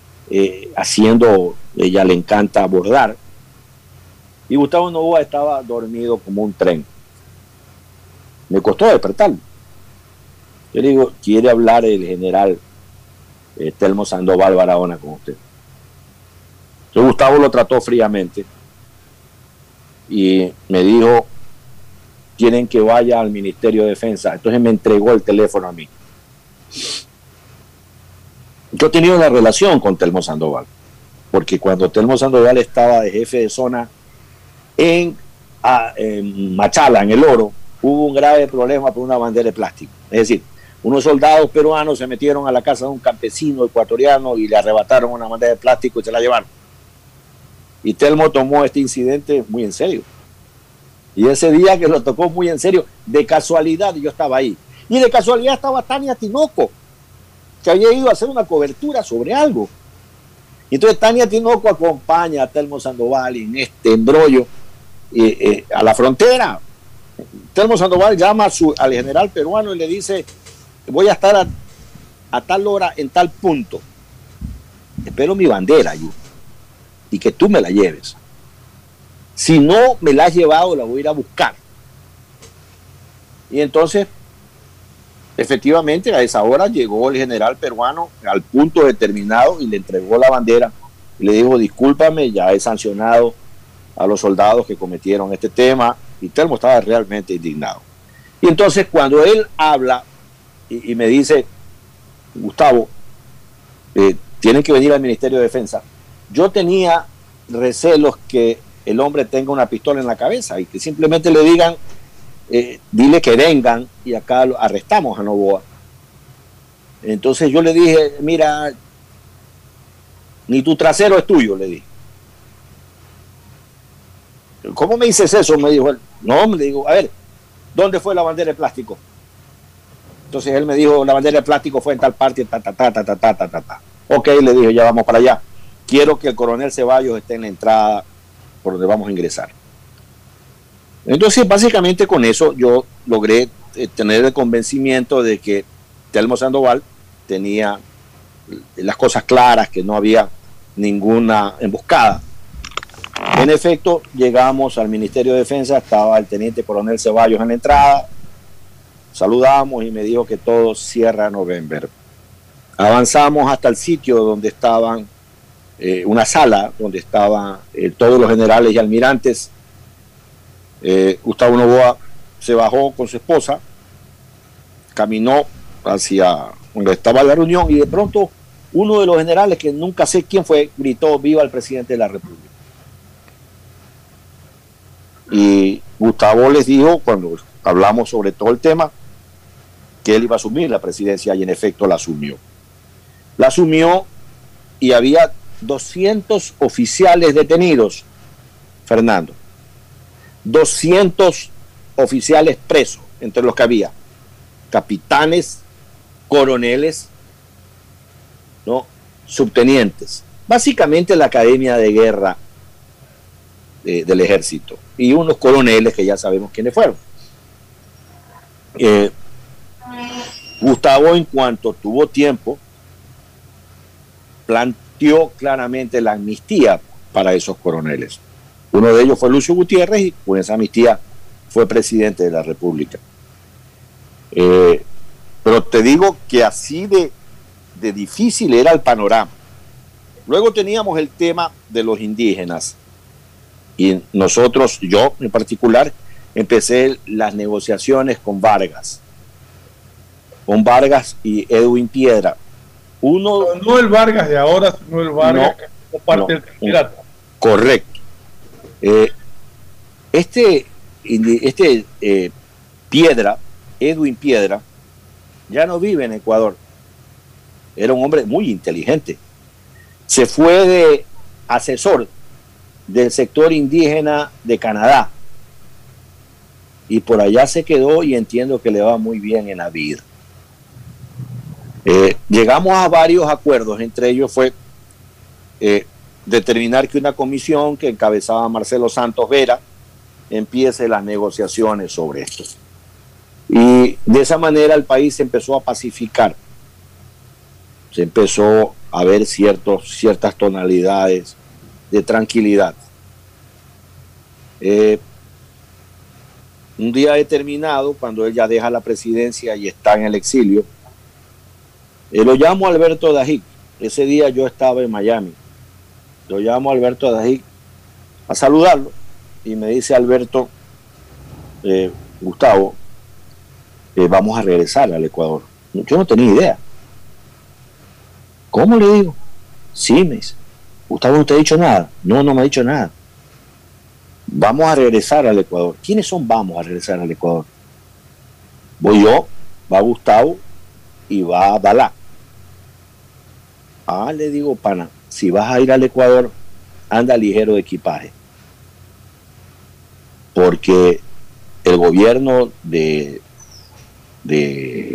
ella le encanta bordar, y Gustavo Novoa estaba dormido como un tren. Me costó despertarlo. Yo le digo: quiere hablar el general Telmo Sandoval Barahona con usted. Entonces Gustavo lo trató fríamente y me dijo: quieren que vaya al Ministerio de Defensa. Entonces me entregó el teléfono a mí. Yo tenía una relación con Telmo Sandoval, porque cuando Telmo Sandoval estaba de jefe de zona en Machala, en El Oro, hubo un grave problema por una bandera de plástico. Es decir, unos soldados peruanos se metieron a la casa de un campesino ecuatoriano y le arrebataron una bandera de plástico y se la llevaron. Y Telmo tomó este incidente muy en serio. Y ese día que lo tocó muy en serio, de casualidad yo estaba ahí. Y de casualidad estaba Tania Tinoco, que había ido a hacer una cobertura sobre algo. Y entonces Tania Tinoco acompaña a Telmo Sandoval en este embrollo a la frontera. Telmo Sandoval llama al general peruano y le dice: voy a estar a tal hora en tal punto. Espero mi bandera allí y que tú me la lleves. Si no me la has llevado, la voy a ir a buscar. Y entonces, efectivamente, a esa hora llegó el general peruano al punto determinado y le entregó la bandera y le dijo: discúlpame, ya he sancionado a los soldados que cometieron este tema. Y Telmo estaba realmente indignado. Y entonces cuando él habla y me dice: Gustavo, tienen que venir al Ministerio de Defensa, yo tenía recelos que el hombre tenga una pistola en la cabeza y que simplemente le digan: dile que vengan y acá arrestamos a Noboa. Entonces yo le dije: mira, ni tu trasero es tuyo, le dije. ¿Cómo me dices eso? Me dijo él. No, me digo, a ver, ¿dónde fue la bandera de plástico? Entonces él me dijo: la bandera de plástico fue en tal parte, Ok, le dije, ya vamos para allá. Quiero que el coronel Ceballos esté en la entrada por donde vamos a ingresar. Entonces, básicamente con eso yo logré tener el convencimiento de que Telmo Sandoval tenía las cosas claras, que no había ninguna emboscada. En efecto, llegamos al Ministerio de Defensa, estaba el teniente coronel Ceballos en la entrada, saludamos y me dijo que todo cierra November. Avanzamos hasta el sitio donde estaban, una sala donde estaban todos los generales y almirantes. Gustavo Noboa se bajó con su esposa, caminó hacia donde estaba la reunión y de pronto uno de los generales, que nunca sé quién fue, gritó: viva el presidente de la República. Y Gustavo les dijo, cuando hablamos sobre todo el tema, que él iba a asumir la presidencia, y en efecto la asumió. La asumió y había 200 oficiales detenidos, Fernando. 200 oficiales presos, entre los que había capitanes, coroneles, ¿no?, subtenientes. Básicamente la academia de guerra del ejército, y unos coroneles que ya sabemos quiénes fueron. Gustavo, en cuanto tuvo tiempo, planteó claramente la amnistía para esos coroneles. Uno de ellos fue Lucio Gutiérrez, y con esa amnistía fue presidente de la República. Pero te digo que así de difícil era el panorama. Luego teníamos el tema de los indígenas. Y nosotros, yo en particular, empecé las negociaciones con Vargas y Edwin Piedra. No el Vargas de ahora, sino el Vargas que fue parte del candidato. Correcto. Piedra, Edwin Piedra, ya no vive en Ecuador. Era un hombre muy inteligente. Se fue de asesor del sector indígena de Canadá y por allá se quedó, y entiendo que le va muy bien en la vida. Llegamos a varios acuerdos, entre ellos fue determinar que una comisión que encabezaba Marcelo Santos Vera empiece las negociaciones sobre esto, y de esa manera el país se empezó a pacificar, se empezó a ver ciertas tonalidades de tranquilidad. Un día determinado, cuando él ya deja la presidencia y está en el exilio, lo llamo a Alberto Dajic. Ese día yo estaba en Miami. Lo llamo a Alberto Dajic a saludarlo y me dice: Alberto, Gustavo, vamos a regresar al Ecuador. Yo no tenía idea. ¿Cómo? Le digo. Sí, me dice. Gustavo no te ha dicho nada. No me ha dicho nada. Vamos a regresar al Ecuador. ¿Quiénes son? Vamos a regresar al Ecuador. Voy yo, va Gustavo y va Dalá. Le digo: pana, si vas a ir al Ecuador, anda ligero de equipaje, porque el gobierno de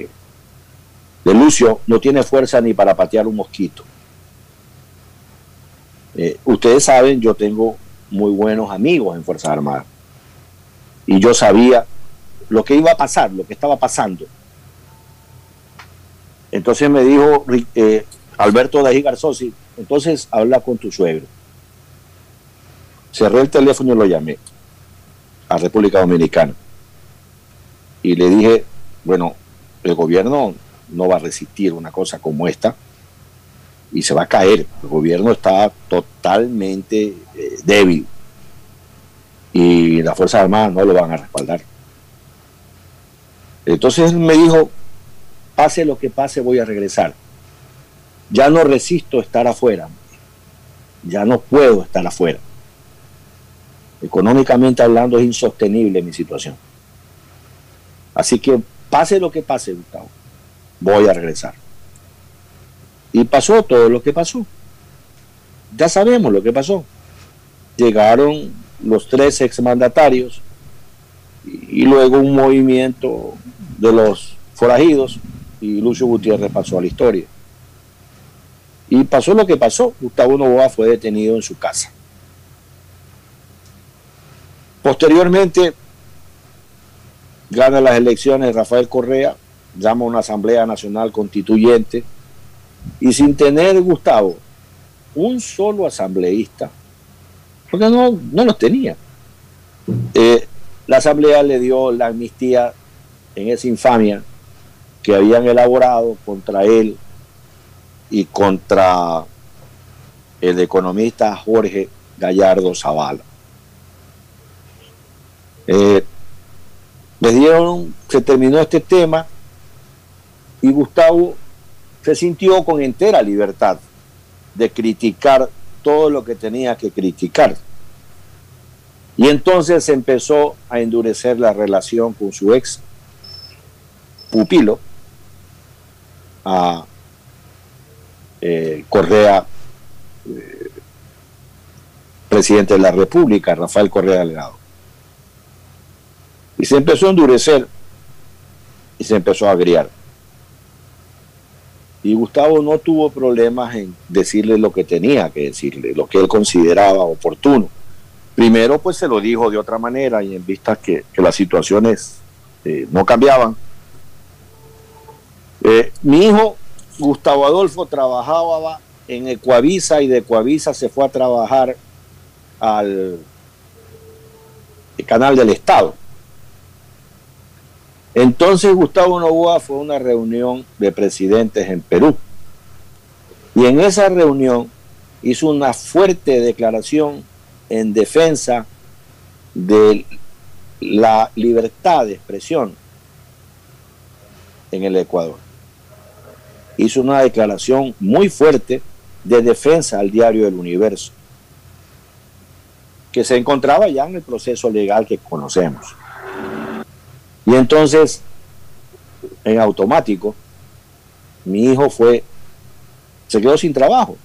Lucio no tiene fuerza ni para patear un mosquito. Ustedes saben, yo tengo muy buenos amigos en Fuerzas Armadas. Y yo sabía lo que iba a pasar, lo que estaba pasando. Entonces me dijo Alberto Dají Garzosi, entonces habla con tu suegro. Cerré el teléfono y lo llamé a República Dominicana. Y le dije, bueno, el gobierno no va a resistir una cosa como esta y se va a caer. El gobierno está totalmente débil y las Fuerzas Armadas no lo van a respaldar. Entonces él me dijo, pase lo que pase, voy a regresar. Ya no resisto estar afuera. Ya no puedo estar afuera. Económicamente hablando es insostenible mi situación. Así que pase lo que pase, Gustavo, voy a regresar. Y pasó todo lo que pasó. Ya sabemos lo que pasó. Llegaron los 3 exmandatarios y luego un movimiento de los forajidos y Lucio Gutiérrez pasó a la historia. Y pasó lo que pasó. Gustavo Noboa fue detenido en su casa. Posteriormente gana las elecciones Rafael Correa, llama a una asamblea nacional constituyente y sin tener, Gustavo, un solo asambleísta, porque no los tenía. La asamblea le dio la amnistía en esa infamia que habían elaborado contra él y contra el economista Jorge Gallardo Zavala. Se terminó este tema y Gustavo se sintió con entera libertad de criticar todo lo que tenía que criticar. Y entonces se empezó a endurecer la relación con su ex pupilo, a Correa, presidente de la República, Rafael Correa Delgado. Y se empezó a endurecer y se empezó a agriar. Y Gustavo no tuvo problemas en decirle lo que tenía que decirle, lo que él consideraba oportuno. Primero, pues se lo dijo de otra manera y en vista que las situaciones no cambiaban. Mi hijo, Gustavo Adolfo, trabajaba en Ecuavisa y de Ecuavisa se fue a trabajar al Canal del Estado. Entonces Gustavo Noboa fue a una reunión de presidentes en Perú y en esa reunión hizo una fuerte declaración en defensa de la libertad de expresión en el Ecuador. Hizo una declaración muy fuerte de defensa al diario El Universo, que se encontraba ya en el proceso legal que conocemos. Y entonces, en automático, mi hijo se quedó sin trabajo.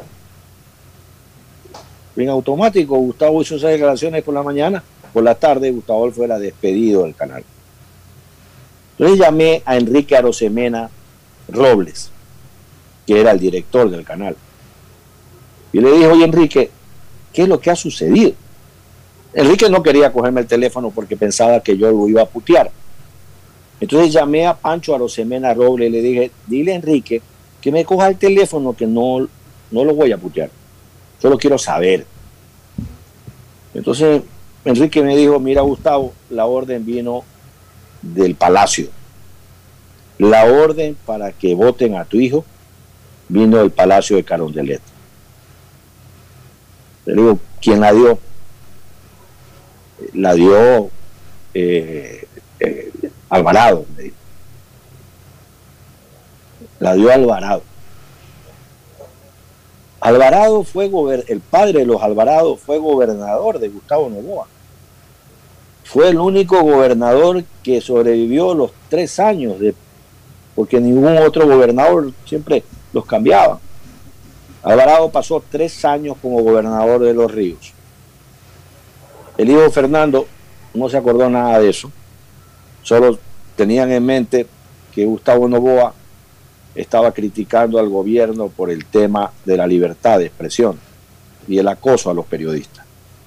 En automático, Gustavo hizo esas declaraciones por la mañana, por la tarde, Gustavo Adolfo era despedido del canal. Entonces llamé a Enrique Arosemena Robles, que era el director del canal. Y le dije, oye Enrique, ¿qué es lo que ha sucedido? Enrique no quería cogerme el teléfono porque pensaba que yo lo iba a putear. Entonces llamé a Pancho Arosemena Robles y le dije, dile a Enrique que me coja el teléfono, que no lo voy a putear. Solo quiero saber. Entonces Enrique me dijo, mira Gustavo, la orden vino del Palacio. La orden para que voten a tu hijo vino del Palacio de Carondelet. Le digo, ¿quién la dio? La dio Alvarado, me dijo. La dio Alvarado. Alvarado fue el padre de los Alvarado fue gobernador de Gustavo Noboa. Fue el único gobernador que sobrevivió los 3 años, porque ningún otro gobernador siempre los cambiaba. Alvarado pasó 3 años como gobernador de Los Ríos. El hijo Fernando no se acordó nada de eso. Solo tenían en mente que Gustavo Noboa estaba criticando al gobierno por el tema de la libertad de expresión. y el acoso a los periodistas.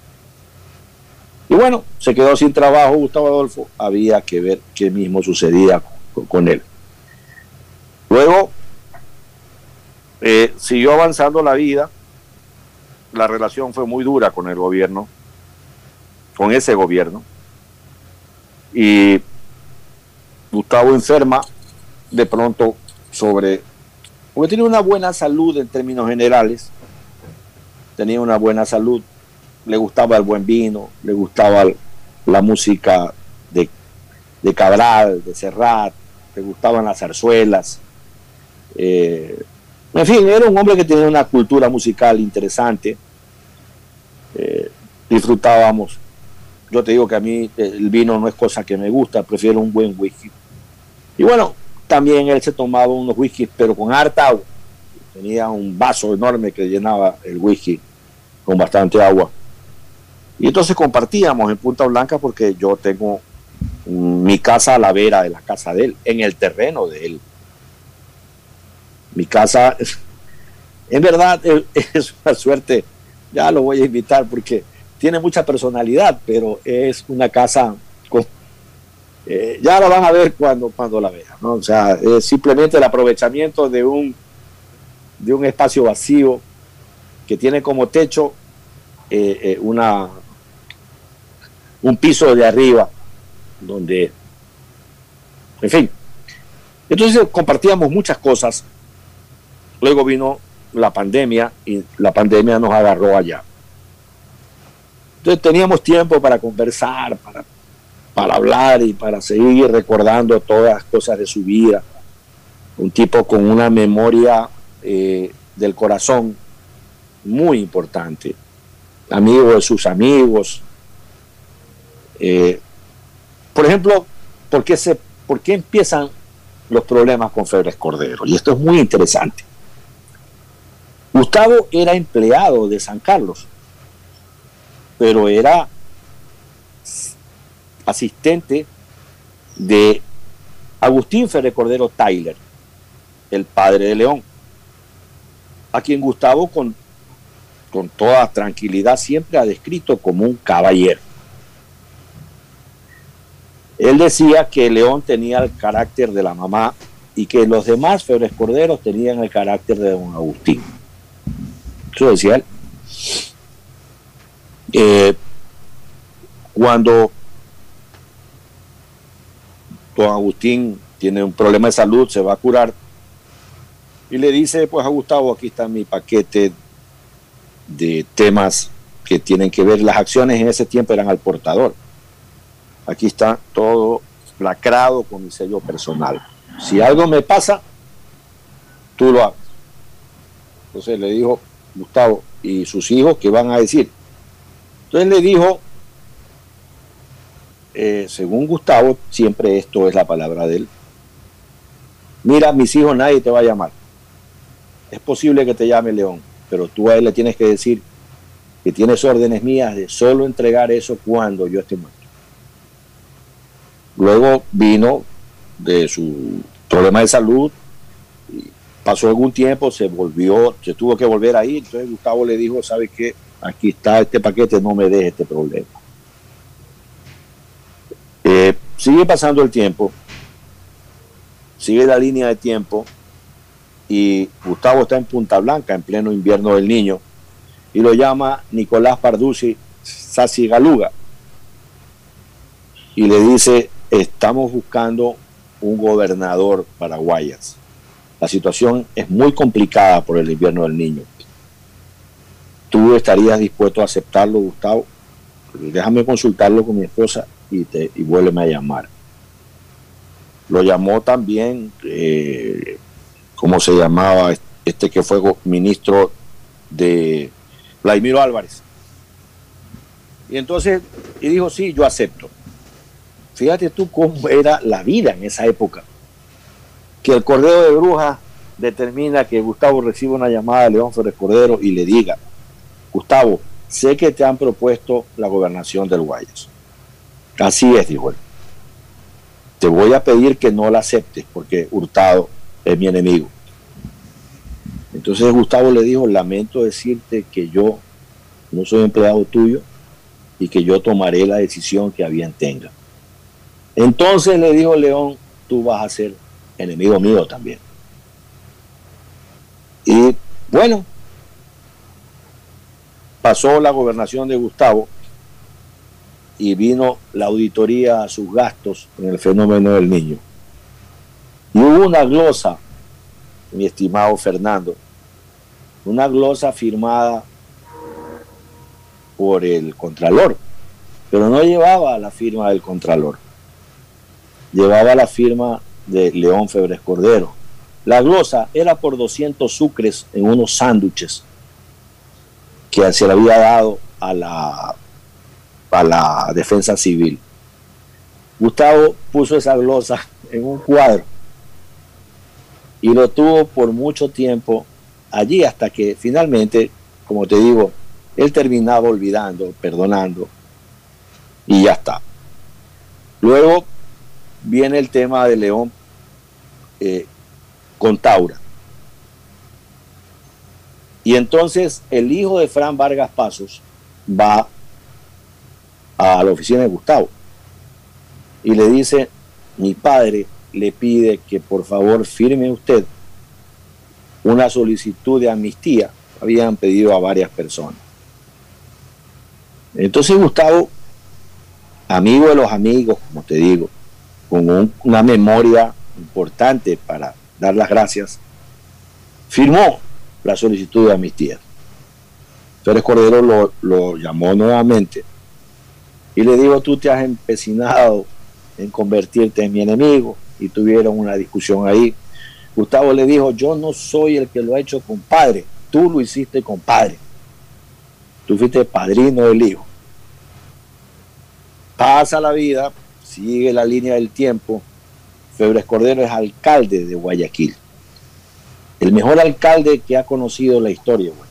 Y bueno, se quedó sin trabajo Gustavo Adolfo, había que ver qué mismo sucedía con él. Luego siguió avanzando la vida, la relación fue muy dura con el gobierno, con ese gobierno, y Gustavo enferma de pronto porque tenía una buena salud en términos generales, tenía una buena salud, le gustaba el buen vino, le gustaba la música de Cabral, de Serrat, le gustaban las zarzuelas, en fin, era un hombre que tenía una cultura musical interesante, disfrutábamos. Yo te digo que a mí el vino no es cosa que me gusta, prefiero un buen whisky. Y bueno, también él se tomaba unos whiskies, pero con harta agua. Tenía un vaso enorme que llenaba el whisky con bastante agua. Y entonces compartíamos en Punta Blanca porque yo tengo mi casa a la vera de la casa de él, en el terreno de él. Mi casa, en verdad, es una suerte. Ya lo voy a invitar porque tiene mucha personalidad, pero es una casa con... ya la van a ver cuando la vean, ¿no? O sea, es simplemente el aprovechamiento de un espacio vacío que tiene como techo un piso de arriba donde, en fin, entonces compartíamos muchas cosas. Luego vino la pandemia y la pandemia nos agarró allá. Entonces teníamos tiempo para conversar, para hablar y para seguir recordando todas las cosas de su vida. Un tipo con una memoria del corazón muy importante, amigo de sus amigos. Por ejemplo, ¿por qué empiezan los problemas con Febres Cordero? Y esto es muy interesante. Gustavo era empleado de San Carlos, pero era asistente de Agustín Febres Cordero Tyler, el padre de León, a quien Gustavo con toda tranquilidad siempre ha descrito como un caballero. Él decía que León tenía el carácter de la mamá y que los demás Febres Corderos tenían el carácter de don Agustín. Eso decía él. Cuando don Agustín tiene un problema de salud, se va a curar y le dice pues a Gustavo, aquí está mi paquete de temas que tienen que ver, las acciones en ese tiempo eran al portador, aquí está todo lacrado con mi sello personal, si algo me pasa tú lo hagas. Entonces le dijo Gustavo, ¿y sus hijos qué van a decir? Entonces le dijo, según Gustavo, siempre esto es la palabra de él, mira, mis hijos nadie te va a llamar, es posible que te llame León, pero tú a él le tienes que decir que tienes órdenes mías de solo entregar eso cuando yo esté muerto. Luego vino de su problema de salud, pasó algún tiempo, se tuvo que volver ahí, entonces Gustavo le dijo, ¿sabes qué? Aquí está este paquete, no me dejes este problema. Sigue pasando el tiempo, sigue la línea de tiempo, y Gustavo está en Punta Blanca en pleno invierno del Niño y lo llama Nicolás Parduzzi Sacigaluga y le dice, estamos buscando un gobernador para Guayas, la situación es muy complicada por el invierno del Niño, ¿tú estarías dispuesto a aceptarlo, Gustavo? Déjame consultarlo con mi esposa y vuélveme a llamar. Lo llamó también ¿cómo se llamaba? Este que fue ministro de Vladimiro Álvarez. Y entonces, y dijo, sí, yo acepto. Fíjate tú cómo era la vida en esa época. Que el Cordero de Brujas determina que Gustavo recibe una llamada de León Febres Cordero y le diga, Gustavo, sé que te han propuesto la gobernación del Guayas. Así es, dijo él. Te voy a pedir que no la aceptes porque Hurtado es mi enemigo. Entonces Gustavo le dijo, lamento decirte que yo no soy empleado tuyo y que yo tomaré la decisión que a bien tenga. Entonces le dijo León, tú vas a ser enemigo mío también. Y bueno, pasó la gobernación de Gustavo y vino la auditoría a sus gastos en el fenómeno del Niño. Y hubo una glosa, mi estimado Fernando, una glosa firmada por el Contralor, pero no llevaba la firma del Contralor, llevaba la firma de León Febres Cordero. La glosa era por 200 sucres en unos sándwiches que se le había dado a la Defensa Civil. Gustavo puso esa glosa en un cuadro y lo tuvo por mucho tiempo allí hasta que finalmente, como te digo, él terminaba olvidando, perdonando y ya está. Luego viene el tema de León con Taura. Y entonces el hijo de Fran Vargas Pasos va a la oficina de Gustavo y le dice, mi padre le pide que por favor firme usted una solicitud de amnistía. Habían pedido a varias personas. Entonces Gustavo, amigo de los amigos, como te digo, con una memoria importante para dar las gracias, firmó la solicitud de amnistía. Febres Cordero lo llamó nuevamente y le dijo, tú te has empecinado en convertirte en mi enemigo, y tuvieron una discusión ahí. Gustavo le dijo, yo no soy el que lo ha hecho compadre, tú lo hiciste compadre, tú fuiste padrino del hijo. Pasa la vida, sigue la línea del tiempo. Febres Cordero es alcalde de Guayaquil, el mejor alcalde que ha conocido la historia de Guayaquil.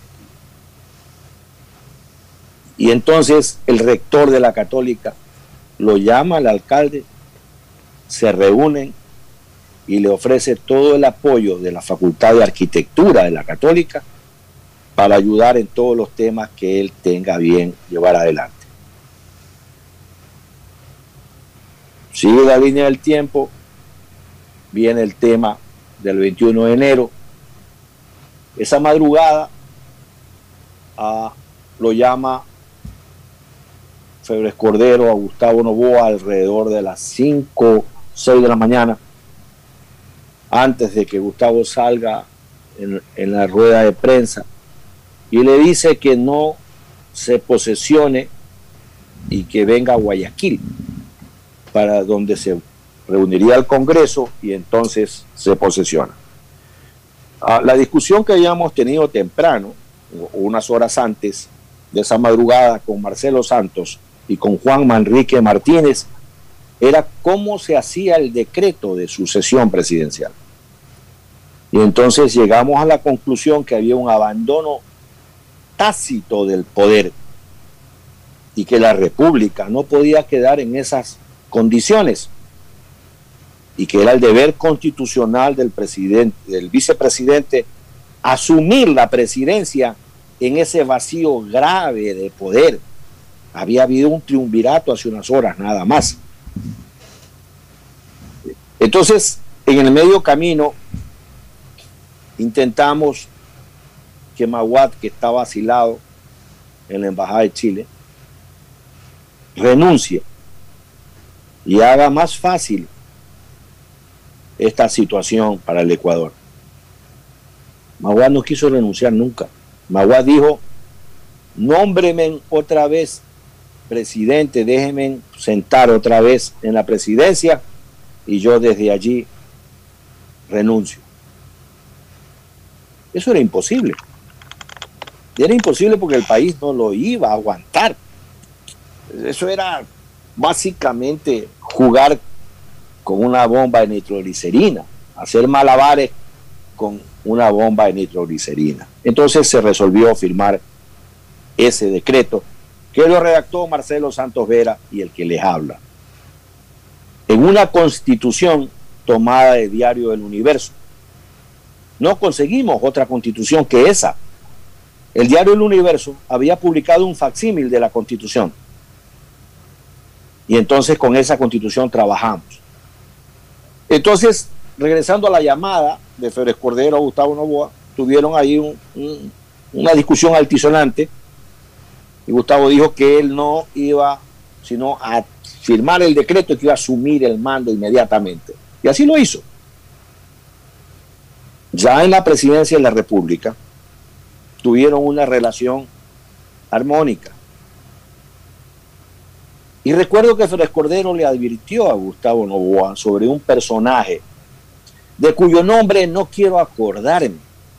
Y entonces el rector de la Católica lo llama al alcalde, se reúnen y le ofrece todo el apoyo de la Facultad de Arquitectura de la Católica para ayudar en todos los temas que él tenga bien llevar adelante. Sigue la línea del tiempo, viene el tema del 21 de enero. Esa madrugada lo llama Febres Cordero a Gustavo Noboa alrededor de las 5, 6 de la mañana, antes de que Gustavo salga en la rueda de prensa, y le dice que no se posesione y que venga a Guayaquil, para donde se reuniría el Congreso y entonces se posesiona. La discusión que habíamos tenido temprano, unas horas antes de esa madrugada, con Marcelo Santos y con Juan Manrique Martínez, era cómo se hacía el decreto de sucesión presidencial. Y entonces llegamos a la conclusión que había un abandono tácito del poder y que la República no podía quedar en esas condiciones y que era el deber constitucional del presidente, del vicepresidente, asumir la presidencia en ese vacío grave de poder. Había habido un triunvirato hace unas horas nada más. Entonces, en el medio camino intentamos que Maguad, que estaba asilado en la Embajada de Chile, renuncie y haga más fácil esta situación para el Ecuador. Maguad no quiso renunciar nunca. Maguad dijo, nómbreme otra vez presidente, déjenme sentar otra vez en la presidencia y yo desde allí renuncio. Eso era imposible. Y era imposible porque el país no lo iba a aguantar. Eso era básicamente jugar con una bomba de nitroglicerina, hacer malabares con una bomba de nitroglicerina. Entonces se resolvió firmar ese decreto, que lo redactó Marcelo Santos Vera y el que les habla, en una constitución tomada de Diario del Universo. No conseguimos otra constitución que esa. el diario El Universo había publicado un facsímil de la Constitución. Y entonces con esa Constitución trabajamos. Entonces, regresando a la llamada de Férez Cordero a Gustavo Noboa, tuvieron ahí una discusión altisonante y Gustavo dijo que él no iba sino a firmar el decreto y que iba a asumir el mando inmediatamente. Y así lo hizo. Ya en la presidencia de la República tuvieron una relación armónica. Y recuerdo que Férez Cordero le advirtió a Gustavo Noboa sobre un personaje de cuyo nombre no quiero acordarme,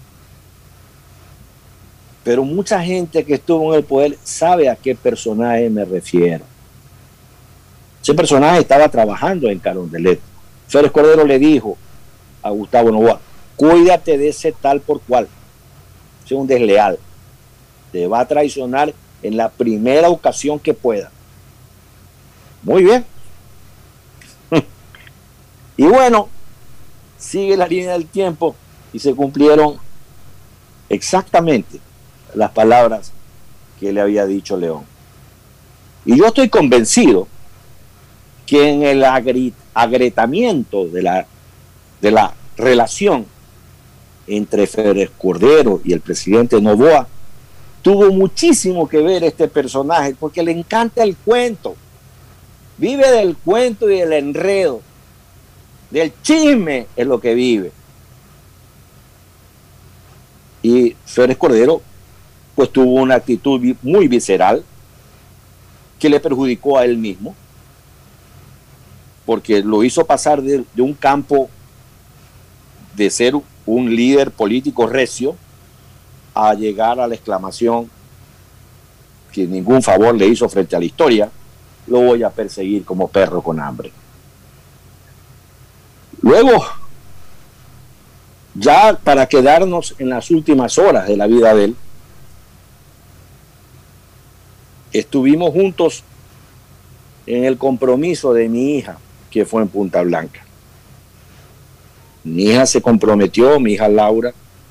pero mucha gente que estuvo en el poder sabe a qué personaje me refiero. Ese personaje estaba trabajando en Carondelet. Férez Cordero le dijo a Gustavo Noboa: cuídate de ese tal por cual, es un desleal, te va a traicionar en la primera ocasión que pueda. Muy bien. Y bueno, sigue la línea del tiempo y se cumplieron exactamente las palabras que le había dicho León. Y yo estoy convencido que en el agrietamiento de la relación entre Férez Cordero y el presidente Noboa tuvo muchísimo que ver este personaje, porque le encanta el cuento, vive del cuento y del enredo, del chisme es lo que vive. Y Férez Cordero pues tuvo una actitud muy visceral que le perjudicó a él mismo, porque lo hizo pasar de un campo de ser un líder político recio a llegar a la exclamación que ningún favor le hizo frente a la historia: lo voy a perseguir como perro con hambre. Luego, ya para quedarnos en las últimas horas de la vida de él, estuvimos juntos en el compromiso de mi hija, que fue en Punta Blanca. Mi hija se comprometió, mi hija Laura,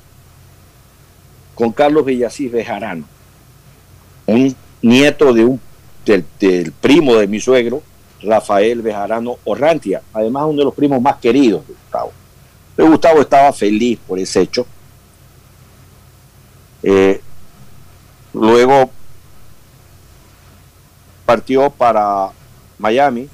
con Carlos Villasís Bejarano, un nieto del primo de mi suegro, Rafael Bejarano Orrantia, además uno de los primos más queridos de Gustavo. Pero Gustavo estaba feliz por ese hecho. Luego partió para Miami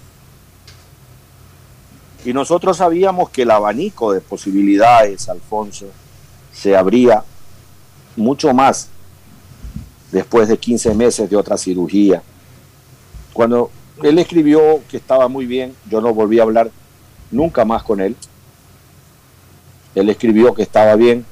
y nosotros sabíamos que el abanico de posibilidades, Alfonso, se abría mucho más después de 15 meses de otra cirugía. Cuando él escribió que estaba muy bien, yo no volví a hablar nunca más con él. Él escribió que estaba bien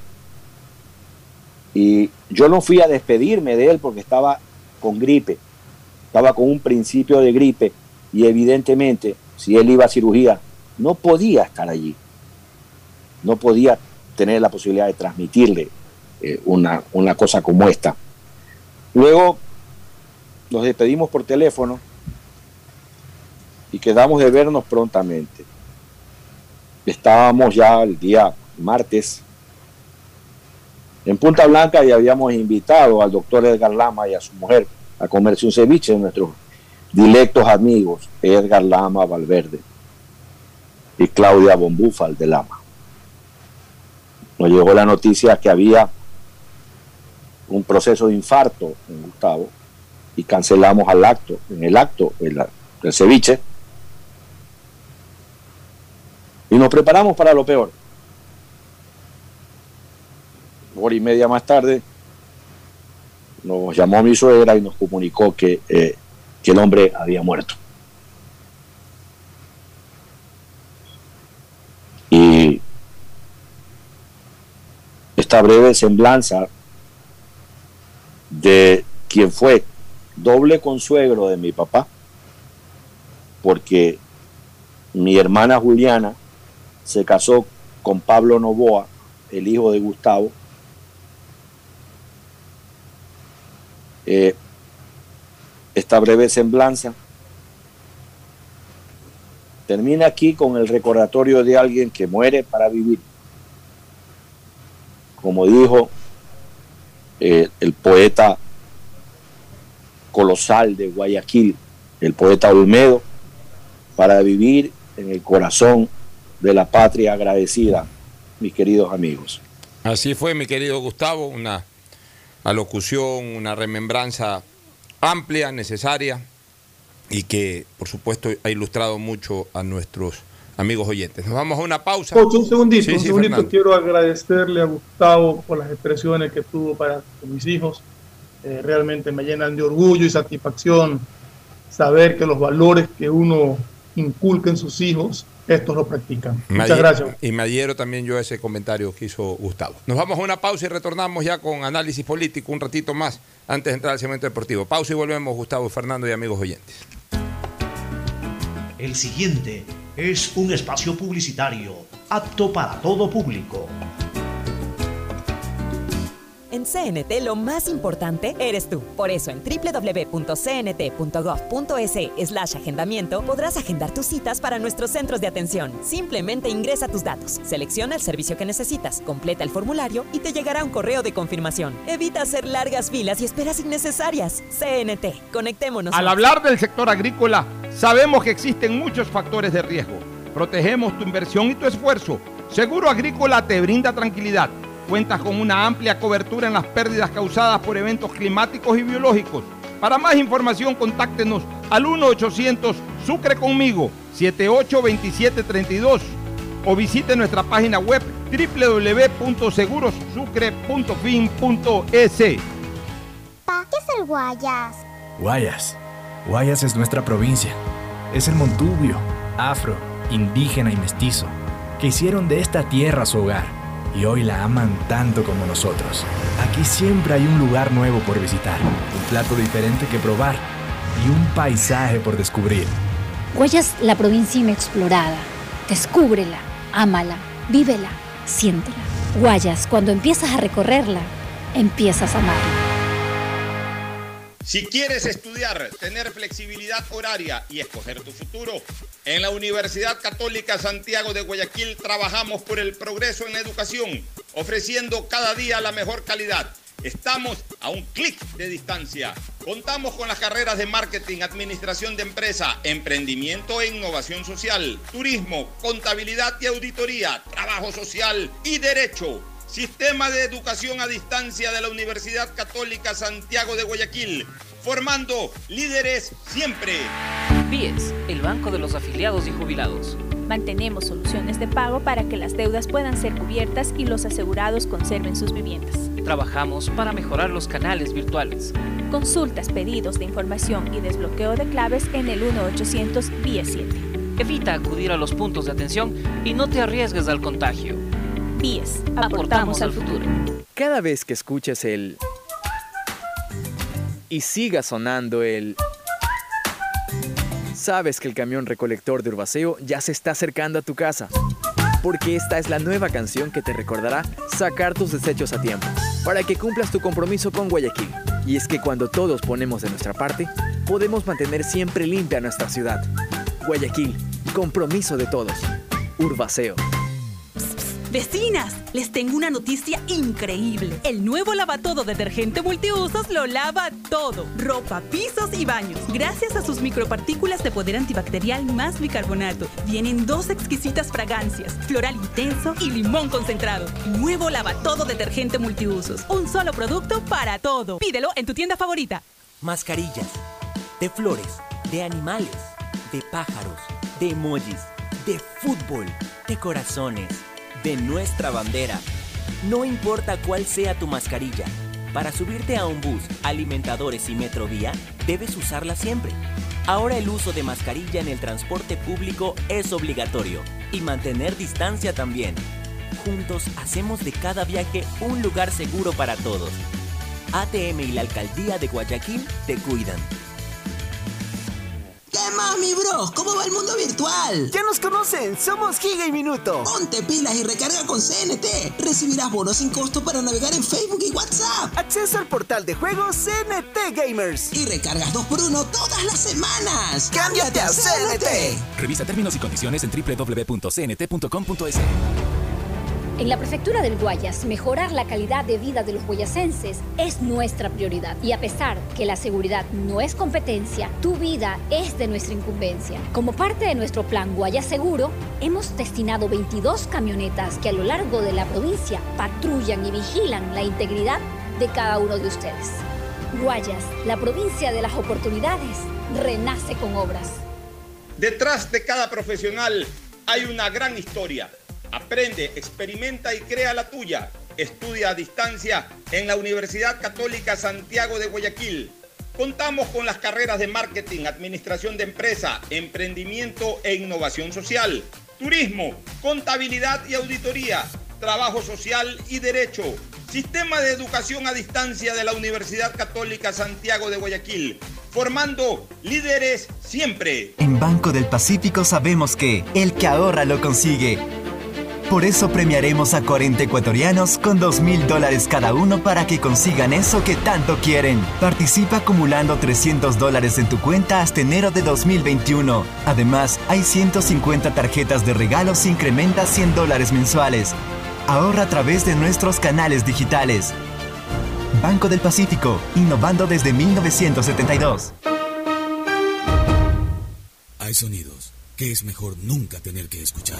y yo no fui a despedirme de él porque estaba con gripe, estaba con un principio de gripe y evidentemente si él iba a cirugía no podía estar allí, no podía tener la posibilidad de transmitirle una cosa como esta. Luego nos despedimos por teléfono y quedamos de vernos prontamente. Estábamos ya el día martes en Punta Blanca y habíamos invitado al doctor Edgar Lama y a su mujer a comerse un ceviche de nuestros directos amigos Edgar Lama Valverde y Claudia Bombúfal de Lama. Nos llegó la noticia que había un proceso de infarto en Gustavo y cancelamos el ceviche y nos preparamos para lo peor. Hora y media más tarde nos llamó mi suegra y nos comunicó que el hombre había muerto. Y esta breve semblanza de quien fue doble consuegro de mi papá, porque mi hermana Juliana se casó con Pablo Noboa, el hijo de Gustavo. Esta breve semblanza termina aquí con el recordatorio de alguien que muere para vivir. Como dijo el poeta colosal de Guayaquil, el poeta Olmedo, para vivir en el corazón de la patria agradecida, mis queridos amigos. Así fue, mi querido Gustavo, una alocución, una remembranza amplia, necesaria y que, por supuesto, ha ilustrado mucho a nuestros amigos oyentes. Nos vamos a una pausa. Un segundito, Fernando. Quiero agradecerle a Gustavo por las expresiones que tuvo para mis hijos. Realmente me llenan de orgullo y satisfacción saber que los valores que uno inculca en sus hijos, estos lo practican. Muchas gracias. Y me adhiero también yo a ese comentario que hizo Gustavo. Nos vamos a una pausa y retornamos ya con análisis político un ratito más antes de entrar al segmento deportivo. Pausa y volvemos, Gustavo, Fernando y amigos oyentes. El siguiente es un espacio publicitario apto para todo público. En CNT lo más importante eres tú. Por eso en www.cnt.gov.es/agendamiento podrás agendar tus citas para nuestros centros de atención. Simplemente ingresa tus datos, selecciona el servicio que necesitas, completa el formulario y te llegará un correo de confirmación. Evita hacer largas filas y esperas innecesarias. CNT, conectémonos. Al hablar del sector agrícola, sabemos que existen muchos factores de riesgo. Protegemos tu inversión y tu esfuerzo. Seguro Agrícola te brinda tranquilidad. Cuentas con una amplia cobertura en las pérdidas causadas por eventos climáticos y biológicos. Para más información, contáctenos al 1-800 Sucre conmigo 782732 o visite nuestra página web www.segurosucre.fin.es. ¿Qué es el Guayas? Guayas es nuestra provincia. Es el montubio, afro, indígena y mestizo, que hicieron de esta tierra su hogar. Y hoy la aman tanto como nosotros. Aquí siempre hay un lugar nuevo por visitar, un plato diferente que probar y un paisaje por descubrir. Guayas, la provincia inexplorada. Descúbrela, ámala, vívela, siéntela. Guayas, cuando empiezas a recorrerla, empiezas a amarla. Si quieres estudiar, tener flexibilidad horaria y escoger tu futuro, en la Universidad Católica Santiago de Guayaquil trabajamos por el progreso en la educación, ofreciendo cada día la mejor calidad. Estamos a un clic de distancia. Contamos con las carreras de marketing, administración de empresa, emprendimiento e innovación social, turismo, contabilidad y auditoría, trabajo social y derecho. Sistema de Educación a Distancia de la Universidad Católica Santiago de Guayaquil, formando líderes siempre. BIES, el banco de los afiliados y jubilados. Mantenemos soluciones de pago para que las deudas puedan ser cubiertas y los asegurados conserven sus viviendas. Trabajamos para mejorar los canales virtuales. Consultas, pedidos de información y desbloqueo de claves en el 1-800 BIES 7. Evita acudir a los puntos de atención y no te arriesgues al contagio. BIES, aportamos al futuro. Cada vez que escuches el y siga sonando el, sabes que el camión recolector de Urbaceo ya se está acercando a tu casa. Porque esta es la nueva canción que te recordará sacar tus desechos a tiempo, para que cumplas tu compromiso con Guayaquil. Y es que cuando todos ponemos de nuestra parte, podemos mantener siempre limpia nuestra ciudad. Guayaquil, compromiso de todos. Urbaceo. Vecinas, les tengo una noticia increíble. El nuevo lavatodo detergente multiusos lo lava todo. Ropa, pisos y baños. Gracias a sus micropartículas de poder antibacterial más bicarbonato. Vienen 2 exquisitas fragancias, floral intenso y limón concentrado. Nuevo lavatodo detergente multiusos. Un solo producto para todo. Pídelo en tu tienda favorita. Mascarillas. De flores, de animales, de pájaros, de emojis, de fútbol, de corazones. De nuestra bandera. No importa cuál sea tu mascarilla, para subirte a un bus, alimentadores y metrovía, debes usarla siempre. Ahora el uso de mascarilla en el transporte público es obligatorio y mantener distancia también. Juntos hacemos de cada viaje un lugar seguro para todos. ATM y la Alcaldía de Guayaquil te cuidan. ¿Qué más, mi bro? ¿Cómo va el mundo virtual? Ya nos conocen, somos Giga y Minuto. Ponte pilas y recarga con CNT. Recibirás bonos sin costo para navegar en Facebook y WhatsApp. Acceso al portal de juegos CNT Gamers. Y recargas 2x1 todas las semanas. ¡Cámbiate a CNT! Revisa términos y condiciones en www.cnt.com.es. En la Prefectura del Guayas, mejorar la calidad de vida de los guayasenses es nuestra prioridad. Y a pesar que la seguridad no es competencia, tu vida es de nuestra incumbencia. Como parte de nuestro plan Guayas Seguro, hemos destinado 22 camionetas que a lo largo de la provincia patrullan y vigilan la integridad de cada uno de ustedes. Guayas, la provincia de las oportunidades, renace con obras. Detrás de cada profesional hay una gran historia. Aprende, experimenta y crea la tuya. Estudia a distancia en la Universidad Católica Santiago de Guayaquil. Contamos con las carreras de marketing, administración de empresa, emprendimiento e innovación social, turismo, contabilidad y auditoría, trabajo social y derecho. Sistema de educación a distancia de la Universidad Católica Santiago de Guayaquil. Formando líderes siempre. En Banco del Pacífico sabemos que el que ahorra lo consigue. Por eso premiaremos a 40 ecuatorianos con $2,000 cada uno para que consigan eso que tanto quieren. Participa acumulando $300 en tu cuenta hasta enero de 2021. Además, hay 150 tarjetas de regalos e incrementa $100 mensuales. Ahorra a través de nuestros canales digitales. Banco del Pacífico, innovando desde 1972. Hay sonidos que es mejor nunca tener que escuchar.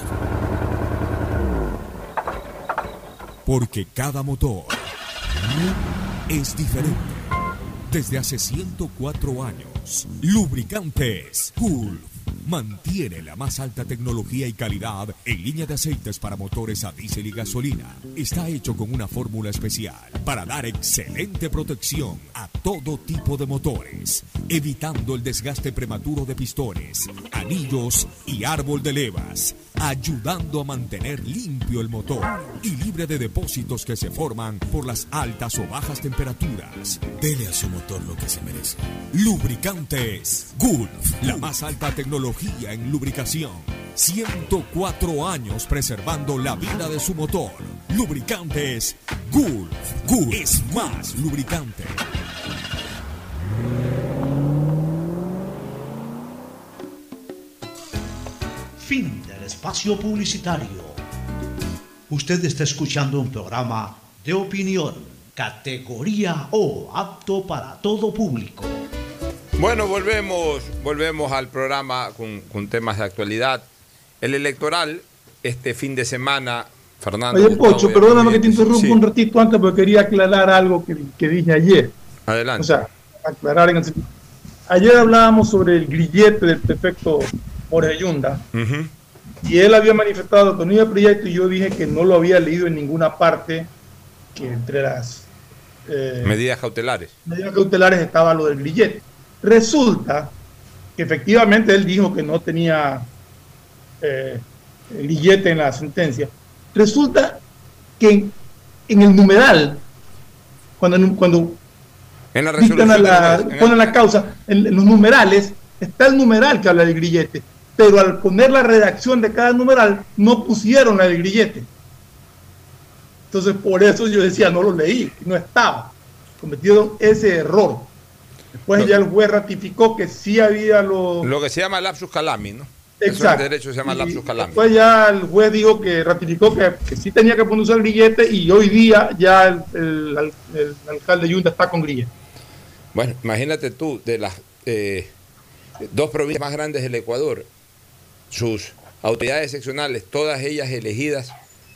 Porque cada motor es diferente. Desde hace 104 años, Lubricantes Gulf mantiene la más alta tecnología y calidad en línea de aceites para motores a diésel y gasolina. Está hecho con una fórmula especial para dar excelente protección a todo tipo de motores, evitando el desgaste prematuro de pistones, anillos y árbol de levas, ayudando a mantener limpio el motor y libre de depósitos que se forman por las altas o bajas temperaturas. Dele a su motor lo que se merece. Lubricantes Gulf, la más alta tecnología en lubricación. 104 años preservando la vida de su motor. Lubricantes Gulf. Gulf es más lubricante. Fin del espacio publicitario. Usted está escuchando un programa de opinión, categoría O, apto para todo público. Bueno, volvemos al programa con temas de actualidad. El electoral, este fin de semana, Fernando. Oye, Pocho, perdóname que te interrumpa un ratito antes porque quería aclarar algo que dije ayer. Adelante. O sea, aclarar en el sentido. Ayer hablábamos sobre el grillete del prefecto Jorge Yunda. Y él había manifestado que no iba a proyecto y yo dije que no lo había leído en ninguna parte, que entre las medidas cautelares estaba lo del grillete. Resulta que efectivamente él dijo que no tenía grillete en la sentencia. Resulta que en el numeral, cuando en la resolución ponen la causa, en los numerales, está el numeral que habla del grillete, pero al poner la redacción de cada numeral, no pusieron la del grillete. Entonces, por eso yo decía, no lo leí, no estaba. Cometieron ese error. Después ya el juez ratificó que sí había lo que se llama lapsus calami, ¿no? Exacto. El derecho se llama lapsus calami. Después ya el juez dijo que ratificó que sí tenía que ponerse el grillete y hoy día ya el alcalde Yunda está con grillete. Bueno, imagínate tú, de las dos provincias más grandes del Ecuador, sus autoridades seccionales, todas ellas elegidas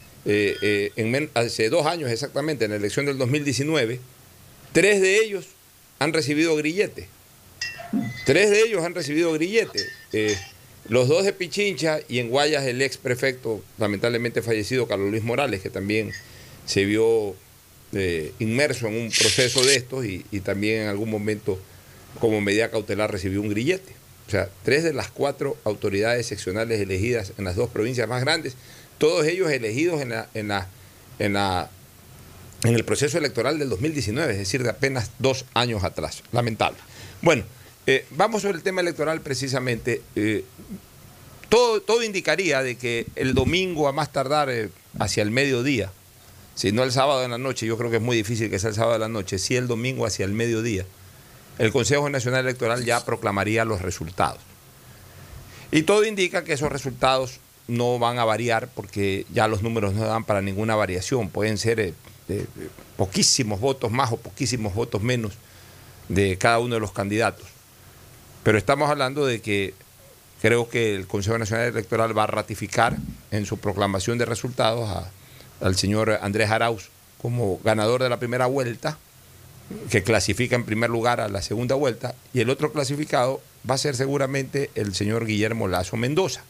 hace 2 años exactamente, en la elección del 2019, 3 de ellos han recibido grillete. 3 de ellos han recibido grillete. Los 2 de Pichincha y en Guayas el ex prefecto, lamentablemente fallecido, Carlos Luis Morales, que también se vio inmerso en un proceso de estos y también en algún momento como medida cautelar recibió un grillete. O sea, 3 de las 4 autoridades seccionales elegidas en las 2 provincias más grandes, todos ellos elegidos en el proceso electoral del 2019, es decir, de apenas 2 años atrás. Lamentable. Bueno, vamos sobre el tema electoral precisamente. Todo indicaría de que el domingo a más tardar hacia el mediodía, si no el sábado en la noche, yo creo que es muy difícil que sea el sábado de la noche, si el domingo hacia el mediodía, el Consejo Nacional Electoral ya proclamaría los resultados. Y todo indica que esos resultados no van a variar porque ya los números no dan para ninguna variación. Pueden ser poquísimos votos más o poquísimos votos menos de cada uno de los candidatos. Pero estamos hablando de que creo que el Consejo Nacional Electoral va a ratificar en su proclamación de resultados al señor Andrés Arauz como ganador de la primera vuelta, que clasifica en primer lugar a la segunda vuelta, y el otro clasificado va a ser seguramente el señor Guillermo Lasso Mendoza.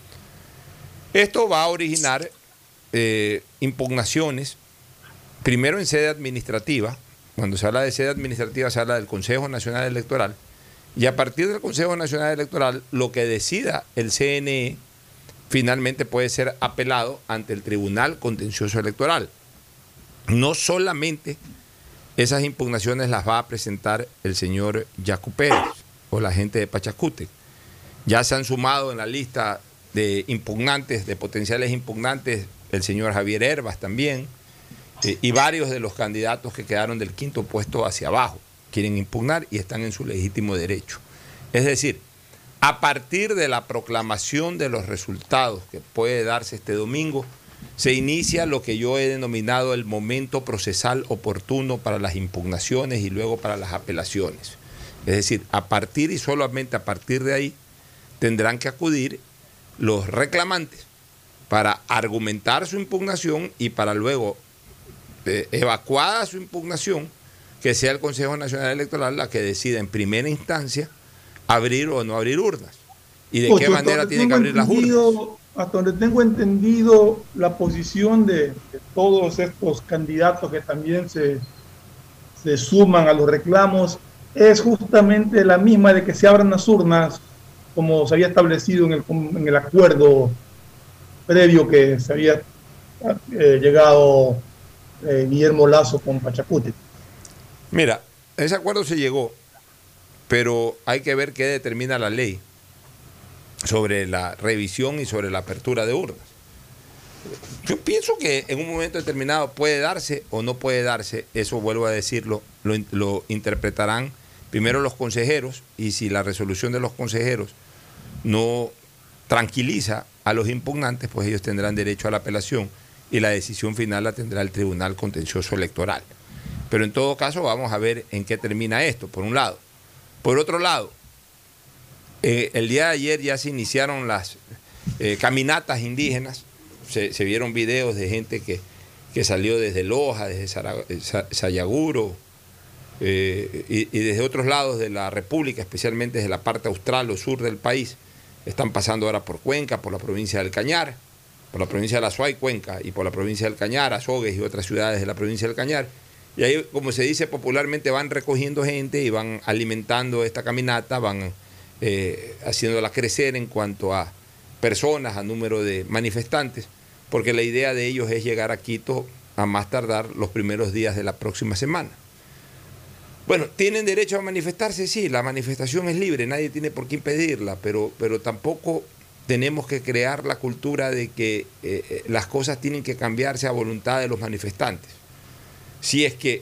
Esto va a originar impugnaciones, primero en sede administrativa. Cuando se habla de sede administrativa se habla del Consejo Nacional Electoral, y a partir del Consejo Nacional Electoral lo que decida el CNE finalmente puede ser apelado ante el Tribunal Contencioso Electoral. No solamente esas impugnaciones las va a presentar el señor Yacu Pérez o la gente de Pachacútec. Ya se han sumado en la lista de impugnantes, de potenciales impugnantes, el señor Javier Herbas también, y varios de los candidatos que quedaron del quinto puesto hacia abajo quieren impugnar y están en su legítimo derecho. Es decir, a partir de la proclamación de los resultados que puede darse este domingo, se inicia lo que yo he denominado el momento procesal oportuno para las impugnaciones y luego para las apelaciones. Es decir, a partir y solamente a partir de ahí tendrán que acudir los reclamantes para argumentar su impugnación y para luego, evacuada su impugnación, que sea el Consejo Nacional Electoral la que decida en primera instancia abrir o no abrir urnas y de qué manera tienen que abrir las urnas. Hasta donde tengo entendido, la posición de todos estos candidatos que también se suman a los reclamos es justamente la misma de que se abran las urnas como se había establecido en el acuerdo previo que se había llegado Guillermo Lasso con Pachacútec. Mira, ese acuerdo se llegó, pero hay que ver qué determina la ley sobre la revisión y sobre la apertura de urnas. Yo pienso que en un momento determinado puede darse o no puede darse, eso vuelvo a decirlo, lo interpretarán primero los consejeros, y si la resolución de los consejeros no tranquiliza a los impugnantes, pues ellos tendrán derecho a la apelación y la decisión final la tendrá el Tribunal Contencioso Electoral. Pero en todo caso vamos a ver en qué termina esto, por un lado. Por otro lado, el día de ayer ya se iniciaron las caminatas indígenas, se vieron videos de gente que salió desde Loja, desde Sayaguro, y desde otros lados de la República, especialmente desde la parte austral o sur del país. Están pasando ahora por Cuenca, por la provincia del Cañar, por la provincia de La Suay, Cuenca, y por la provincia del Cañar, Azogues y otras ciudades de la provincia del Cañar. Y ahí, como se dice popularmente, van recogiendo gente y van alimentando esta caminata, van haciéndola crecer en cuanto a personas, a número de manifestantes, porque la idea de ellos es llegar a Quito a más tardar los primeros días de la próxima semana. Bueno, ¿tienen derecho a manifestarse? Sí, la manifestación es libre, nadie tiene por qué impedirla, pero tampoco tenemos que crear la cultura de que las cosas tienen que cambiarse a voluntad de los manifestantes. Si es que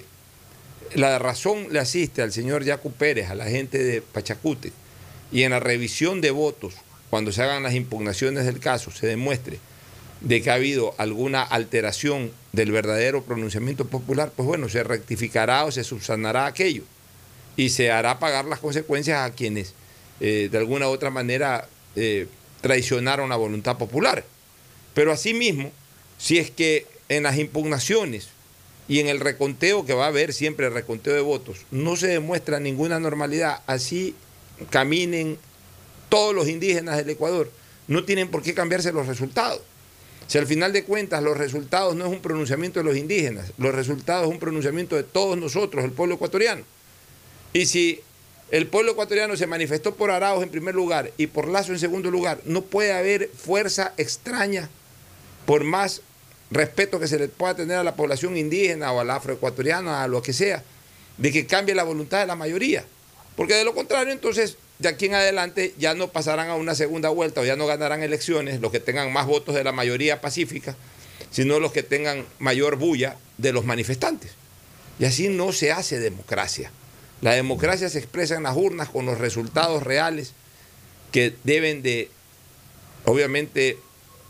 la razón le asiste al señor Yacu Pérez, a la gente de Pachacútec, y en la revisión de votos, cuando se hagan las impugnaciones del caso, se demuestre de que ha habido alguna alteración del verdadero pronunciamiento popular, pues bueno, se rectificará o se subsanará aquello y se hará pagar las consecuencias a quienes de alguna u otra manera traicionaron la voluntad popular. Pero asimismo, si es que en las impugnaciones y en el reconteo, que va a haber siempre reconteo de votos, no se demuestra ninguna normalidad, así caminen todos los indígenas del Ecuador, no tienen por qué cambiarse los resultados. Si al final de cuentas los resultados no es un pronunciamiento de los indígenas, los resultados es un pronunciamiento de todos nosotros, el pueblo ecuatoriano. Y si el pueblo ecuatoriano se manifestó por Arauz en primer lugar y por Lasso en segundo lugar, no puede haber fuerza extraña, por más respeto que se le pueda tener a la población indígena o al afroecuatoriano, a lo que sea, de que cambie la voluntad de la mayoría. Porque de lo contrario, entonces, de aquí en adelante ya no pasarán a una segunda vuelta o ya no ganarán elecciones los que tengan más votos de la mayoría pacífica, sino los que tengan mayor bulla de los manifestantes. Y así no se hace democracia. La democracia se expresa en las urnas con los resultados reales que deben de, obviamente,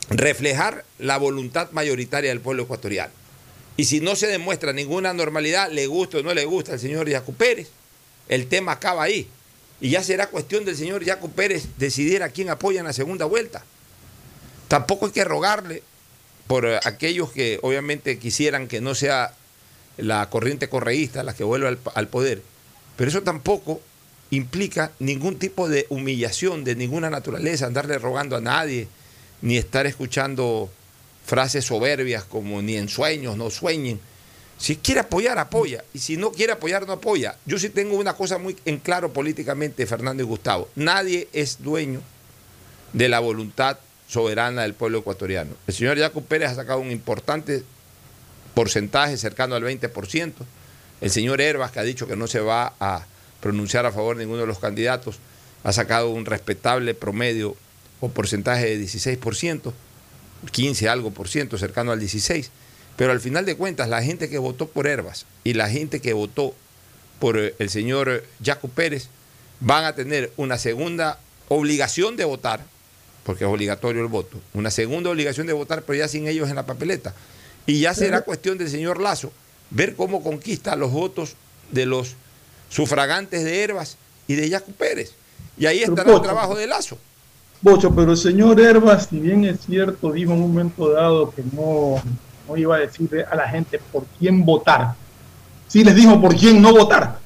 reflejar la voluntad mayoritaria del pueblo ecuatoriano. Y si no se demuestra ninguna normalidad, le gusta o no le gusta al señor Yacu Pérez, el tema acaba ahí. Y ya será cuestión del señor Yacu Pérez decidir a quién apoya en la segunda vuelta. Tampoco hay que rogarle por aquellos que obviamente quisieran que no sea la corriente correísta la que vuelva al poder. Pero eso tampoco implica ningún tipo de humillación de ninguna naturaleza, andarle rogando a nadie, ni estar escuchando frases soberbias como ni en sueños, no sueñen. Si quiere apoyar, apoya. Y si no quiere apoyar, no apoya. Yo sí tengo una cosa muy en claro políticamente, Fernando y Gustavo. Nadie es dueño de la voluntad soberana del pueblo ecuatoriano. El señor Yacu Pérez ha sacado un importante porcentaje cercano al 20%. El señor Hervas, que ha dicho que no se va a pronunciar a favor de ninguno de los candidatos, ha sacado un respetable promedio o porcentaje de 16%, 15 algo por ciento, cercano al 16%. Pero al final de cuentas, la gente que votó por Hervas y la gente que votó por el señor Yacu Pérez van a tener una segunda obligación de votar, porque es obligatorio el voto, una segunda obligación de votar, pero ya sin ellos en la papeleta. Y ya será cuestión del señor Lasso ver cómo conquista los votos de los sufragantes de Hervas y de Yacu Pérez. Y ahí estará el trabajo de Lasso. Bocho, pero el señor Hervas, si bien es cierto, dijo en un momento dado que no iba a decirle a la gente por quién votar. Sí les dijo por quién no votar.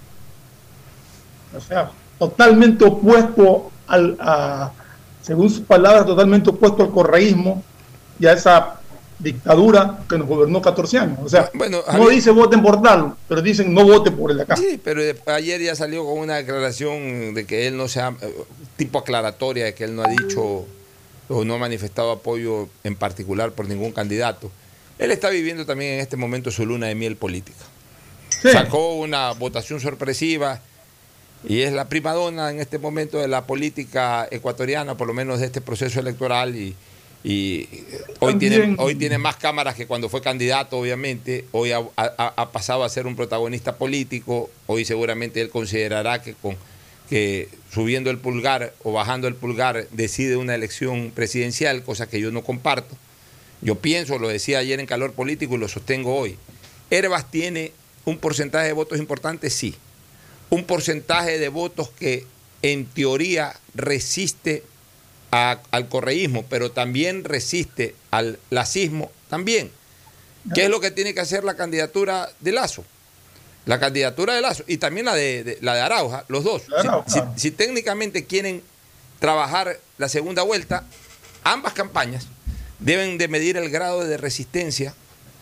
O sea, totalmente opuesto según sus palabras, totalmente opuesto al correísmo y a esa dictadura que nos gobernó 14 años. O sea, bueno, no dice voten por tal, pero dicen no vote por el de acá. Sí, pero ayer ya salió con una declaración de que él no sea tipo aclaratoria, de que él no ha dicho o no ha manifestado apoyo en particular por ningún candidato. Él está viviendo también en este momento su luna de miel política. Sí. Sacó una votación sorpresiva y es la primadona en este momento de la política ecuatoriana, por lo menos de este proceso electoral, y hoy tiene más cámaras que cuando fue candidato, obviamente. Hoy ha pasado a ser un protagonista político. Hoy seguramente él considerará que subiendo el pulgar o bajando el pulgar decide una elección presidencial, cosa que yo no comparto. Yo pienso, lo decía ayer en Calor Político y lo sostengo hoy, Hervas tiene un porcentaje de votos importante, sí. Un porcentaje de votos que en teoría resiste al correísmo, pero también resiste al lacismo también. ¿Qué es lo que tiene que hacer la candidatura de Lasso? La candidatura de Lasso y también la de Arauja, los dos. Si técnicamente quieren trabajar la segunda vuelta, ambas campañas deben de medir el grado de resistencia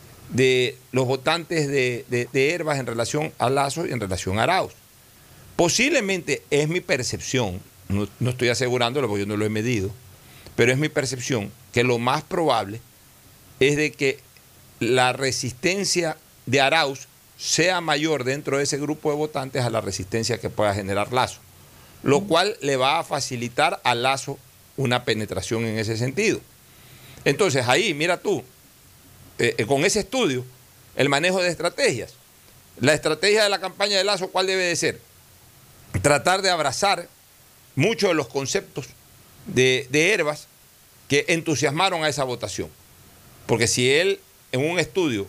de los votantes de Hervas en relación a Lasso y en relación a Arauz. Posiblemente, es mi percepción, no estoy asegurándolo porque yo no lo he medido, pero es mi percepción que lo más probable es de que la resistencia de Arauz sea mayor dentro de ese grupo de votantes a la resistencia que pueda generar Lasso, lo cual le va a facilitar a Lasso una penetración en ese sentido. Entonces ahí, mira tú, con ese estudio, el manejo de estrategias. La estrategia de la campaña de Lasso, ¿cuál debe de ser? Tratar de abrazar muchos de los conceptos de Hervas que entusiasmaron a esa votación. Porque si él en un estudio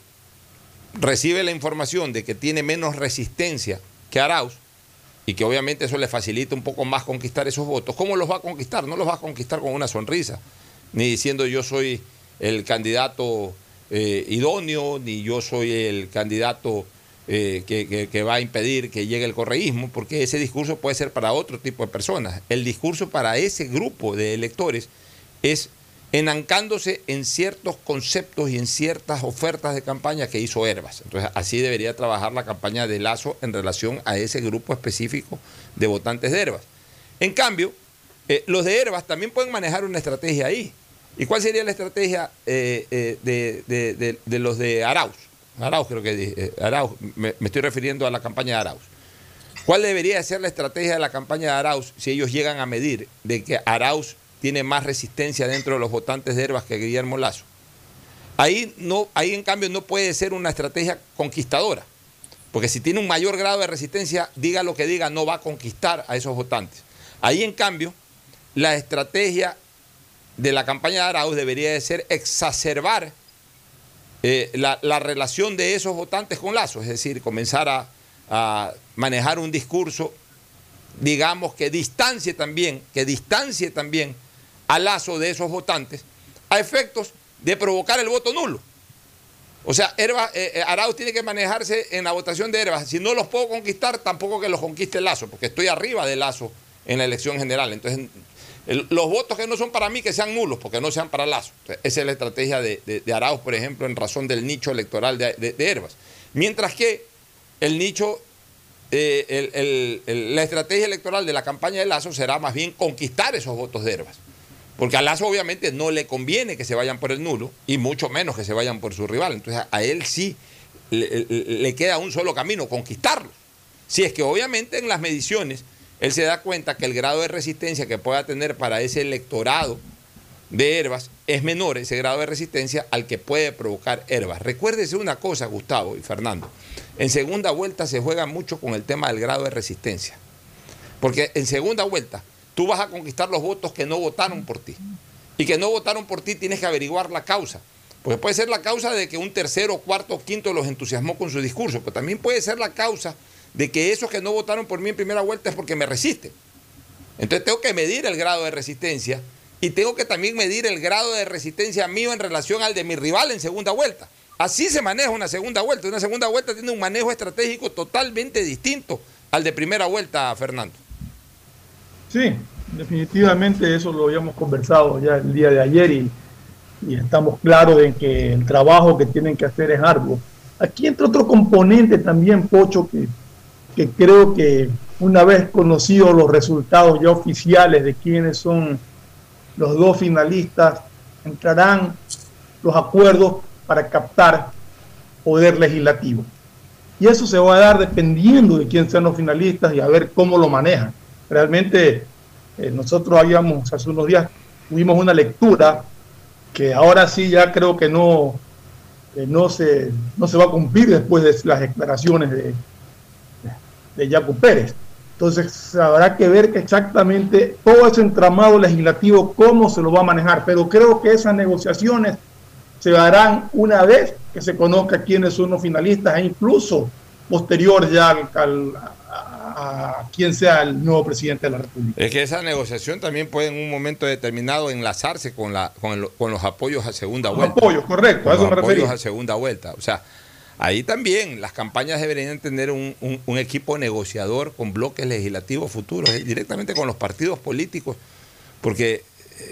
recibe la información de que tiene menos resistencia que Arauz, y que obviamente eso le facilita un poco más conquistar esos votos, ¿cómo los va a conquistar? No los va a conquistar con una sonrisa, ni diciendo yo soy el candidato idóneo, ni yo soy el candidato que va a impedir que llegue el correísmo, porque ese discurso puede ser para otro tipo de personas. El discurso para ese grupo de electores es enancándose en ciertos conceptos y en ciertas ofertas de campaña que hizo Hervas. Entonces así debería trabajar la campaña de Lasso en relación a ese grupo específico de votantes de Hervas. En cambio, los de Hervas también pueden manejar una estrategia ahí. ¿Y cuál sería la estrategia de los de Arauz? Arauz creo que dije. Arauz, me estoy refiriendo a la campaña de Arauz. ¿Cuál debería ser la estrategia de la campaña de Arauz si ellos llegan a medir de que Arauz tiene más resistencia dentro de los votantes de Hervas que Guillermo Lasso? Ahí en cambio no puede ser una estrategia conquistadora, porque si tiene un mayor grado de resistencia, diga lo que diga, no va a conquistar a esos votantes. Ahí en cambio la estrategia de la campaña de Arauz debería de ser exacerbar la relación de esos votantes con Lasso, es decir, comenzar a manejar un discurso, digamos, que distancie también a Lasso de esos votantes a efectos de provocar el voto nulo. O sea, Arauz tiene que manejarse en la votación de Herbas. Si no los puedo conquistar, tampoco que los conquiste Lasso, porque estoy arriba de Lasso en la elección general. Entonces, los votos que no son para mí, que sean nulos, porque no sean para Lasso. Entonces, esa es la estrategia de Arauz, por ejemplo, en razón del nicho electoral de Herbas. Mientras que el nicho, la estrategia electoral de la campaña de Lasso será más bien conquistar esos votos de Herbas. Porque a Lasso obviamente no le conviene que se vayan por el nulo y mucho menos que se vayan por su rival. Entonces a él sí le queda un solo camino, conquistarlos. Si es que obviamente en las mediciones él se da cuenta que el grado de resistencia que pueda tener para ese electorado de Herbas es menor, ese grado de resistencia, al que puede provocar Herbas. Recuérdese una cosa, Gustavo y Fernando. En segunda vuelta se juega mucho con el tema del grado de resistencia. Porque en segunda vuelta tú vas a conquistar los votos que no votaron por ti. Y que no votaron por ti tienes que averiguar la causa. Porque puede ser la causa de que un tercero, cuarto o quinto los entusiasmó con su discurso, pero también puede ser la causa de que esos que no votaron por mí en primera vuelta es porque me resisten. Entonces tengo que medir el grado de resistencia y tengo que también medir el grado de resistencia mío en relación al de mi rival en segunda vuelta. Así se maneja una segunda vuelta. Una segunda vuelta tiene un manejo estratégico totalmente distinto al de primera vuelta, Fernando. Sí, definitivamente eso lo habíamos conversado ya el día de ayer y estamos claros en que el trabajo que tienen que hacer es arduo. Aquí entra otro componente también, Pocho, que creo que una vez conocidos los resultados ya oficiales de quiénes son los dos finalistas, entrarán los acuerdos para captar poder legislativo. Y eso se va a dar dependiendo de quién sean los finalistas y a ver cómo lo manejan. Realmente nosotros hace unos días tuvimos una lectura que ahora sí ya creo que no se va a cumplir después de las declaraciones de Yacu Pérez. Entonces habrá que ver exactamente todo ese entramado legislativo, cómo se lo va a manejar, pero creo que esas negociaciones se harán una vez que se conozca quiénes son los finalistas e incluso posterior ya a quien sea el nuevo presidente de la República. Es que esa negociación también puede en un momento determinado enlazarse con los apoyos a segunda vuelta. Apoyos, correcto, a eso me refería. Apoyos a segunda vuelta. O sea, ahí también las campañas deberían tener un equipo negociador con bloques legislativos futuros, directamente con los partidos políticos, porque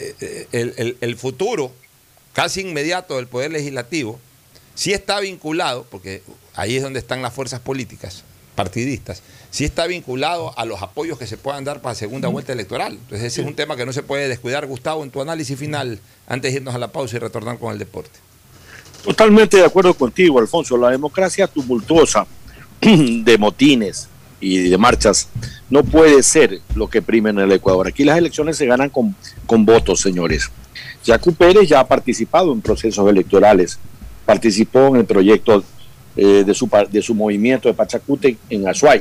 el futuro casi inmediato del poder legislativo sí está vinculado, porque ahí es donde están las fuerzas políticas partidistas, sí está vinculado a los apoyos que se puedan dar para segunda vuelta electoral. Entonces ese es un tema que no se puede descuidar. Gustavo, en tu análisis final, antes de irnos a la pausa y retornar con el deporte. Totalmente de acuerdo contigo, Alfonso. La democracia tumultuosa de motines y de marchas no puede ser lo que prime en el Ecuador. Aquí las elecciones se ganan con votos, señores. Yacu Pérez ya ha participado en procesos electorales, participó en el proyecto de su movimiento de Pachacútec en Azuay,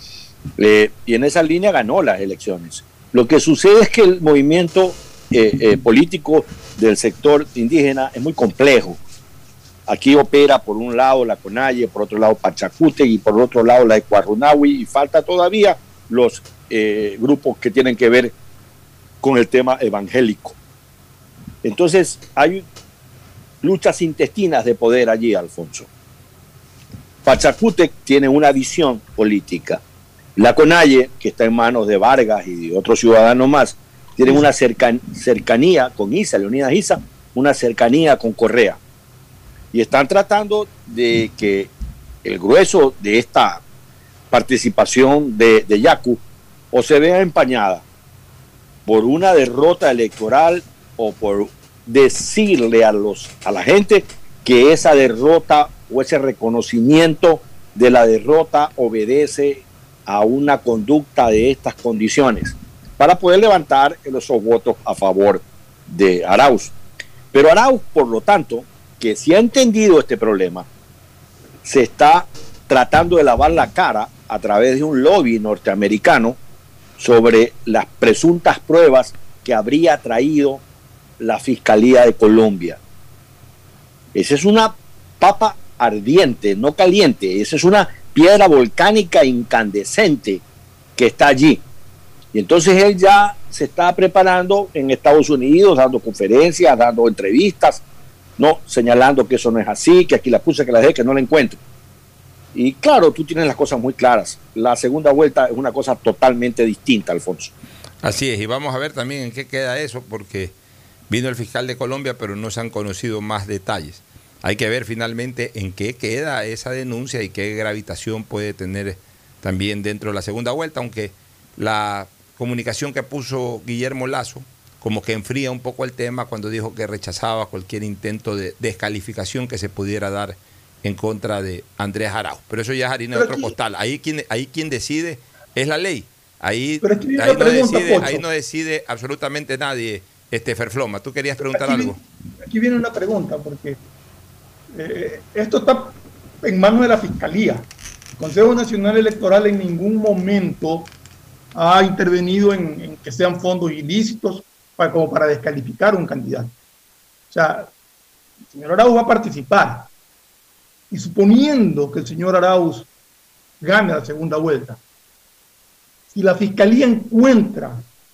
y en esa línea ganó las elecciones. Lo que sucede es que el movimiento político del sector indígena es muy complejo. Aquí opera por un lado la CONAIE, por otro lado Pachacútec y por otro lado la Ecuarrunahui, y falta todavía los grupos que tienen que ver con el tema evangélico. Entonces hay luchas intestinas de poder allí, Alfonso. Pachacútec tiene una visión política. La CONAIE, que está en manos de Vargas y de otros ciudadanos más, tienen una cercanía con Isa, Leonidas Isa, una cercanía con Correa. Y están tratando de que el grueso de esta participación de Yacu o se vea empañada por una derrota electoral o por decirle a la gente que esa derrota o ese reconocimiento de la derrota obedece a una conducta de estas condiciones para poder levantar esos votos a favor de Arauz. Pero Arauz, por lo tanto, que si ha entendido este problema, se está tratando de lavar la cara a través de un lobby norteamericano sobre las presuntas pruebas que habría traído la Fiscalía de Colombia. Esa es una papa ardiente, no caliente. Esa es una piedra volcánica incandescente que está allí. Y entonces él ya se está preparando en Estados Unidos, dando conferencias, dando entrevistas, no señalando que eso no es así, que aquí la puse, que la dejé, que no la encuentro. Y claro, tú tienes las cosas muy claras. La segunda vuelta es una cosa totalmente distinta, Alfonso. Así es, y vamos a ver también en qué queda eso, porque vino el fiscal de Colombia, pero no se han conocido más detalles. Hay que ver finalmente en qué queda esa denuncia y qué gravitación puede tener también dentro de la segunda vuelta, aunque la comunicación que puso Guillermo Lazo como que enfría un poco el tema cuando dijo que rechazaba cualquier intento de descalificación que se pudiera dar en contra de Andrés Arauz. Pero eso ya es harina de otro costal. Ahí quien decide es la ley. Ahí no decide absolutamente nadie, Ferfloma. ¿Tú querías preguntar algo? Aquí viene una pregunta, porque esto está en manos de la Fiscalía. El Consejo Nacional Electoral en ningún momento ha intervenido en que sean fondos ilícitos como para descalificar a un candidato. O sea, el señor Arauz va a participar. Y suponiendo que el señor Arauz gane la segunda vuelta, si la Fiscalía encuentra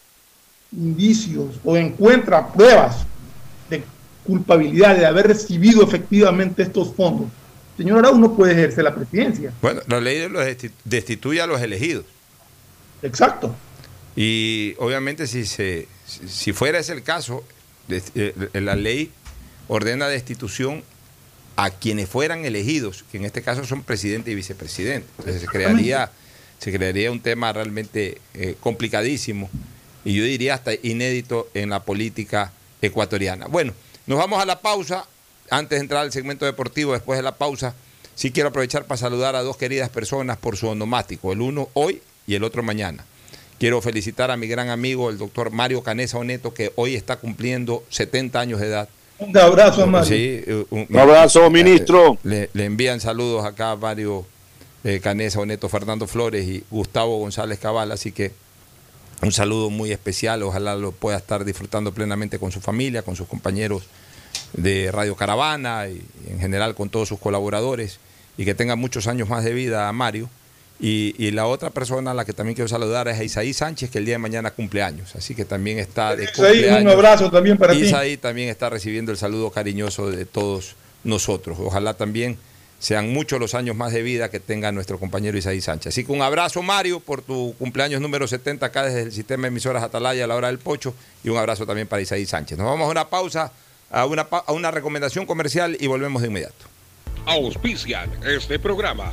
indicios o encuentra pruebas de culpabilidad de haber recibido efectivamente estos fondos, el señor Arauz no puede ejercer la presidencia. Bueno, la ley los destituye a los elegidos. Exacto. Y obviamente si fuera ese el caso, la ley ordena destitución a quienes fueran elegidos, que en este caso son presidente y vicepresidente. Entonces se crearía un tema realmente complicadísimo y yo diría hasta inédito en la política ecuatoriana. Bueno, nos vamos a la pausa. Antes de entrar al segmento deportivo, después de la pausa, sí quiero aprovechar para saludar a dos queridas personas por su onomástico, el uno hoy y el otro mañana. Quiero felicitar a mi gran amigo, el doctor Mario Canesa Oneto, que hoy está cumpliendo 70 años de edad. Un abrazo a Mario. Sí, un abrazo, ministro. Le envían saludos acá a Mario Canesa Oneto, Fernando Flores y Gustavo González Cabal, así que un saludo muy especial. Ojalá lo pueda estar disfrutando plenamente con su familia, con sus compañeros de Radio Caravana y en general con todos sus colaboradores, y que tenga muchos años más de vida a Mario. Y la otra persona a la que también quiero saludar es a Isaí Sánchez, que el día de mañana cumple años, así que también está de cumpleaños. Un abrazo también para ti. Isaí también está recibiendo el saludo cariñoso de todos nosotros. Ojalá también sean muchos los años más de vida que tenga nuestro compañero Isaí Sánchez. Así que un abrazo, Mario, por tu cumpleaños número 70 acá desde el sistema de emisoras Atalaya a la hora del Pocho, y un abrazo también para Isaí Sánchez. Nos vamos a una pausa, a una recomendación comercial y volvemos de inmediato. Auspician este programa.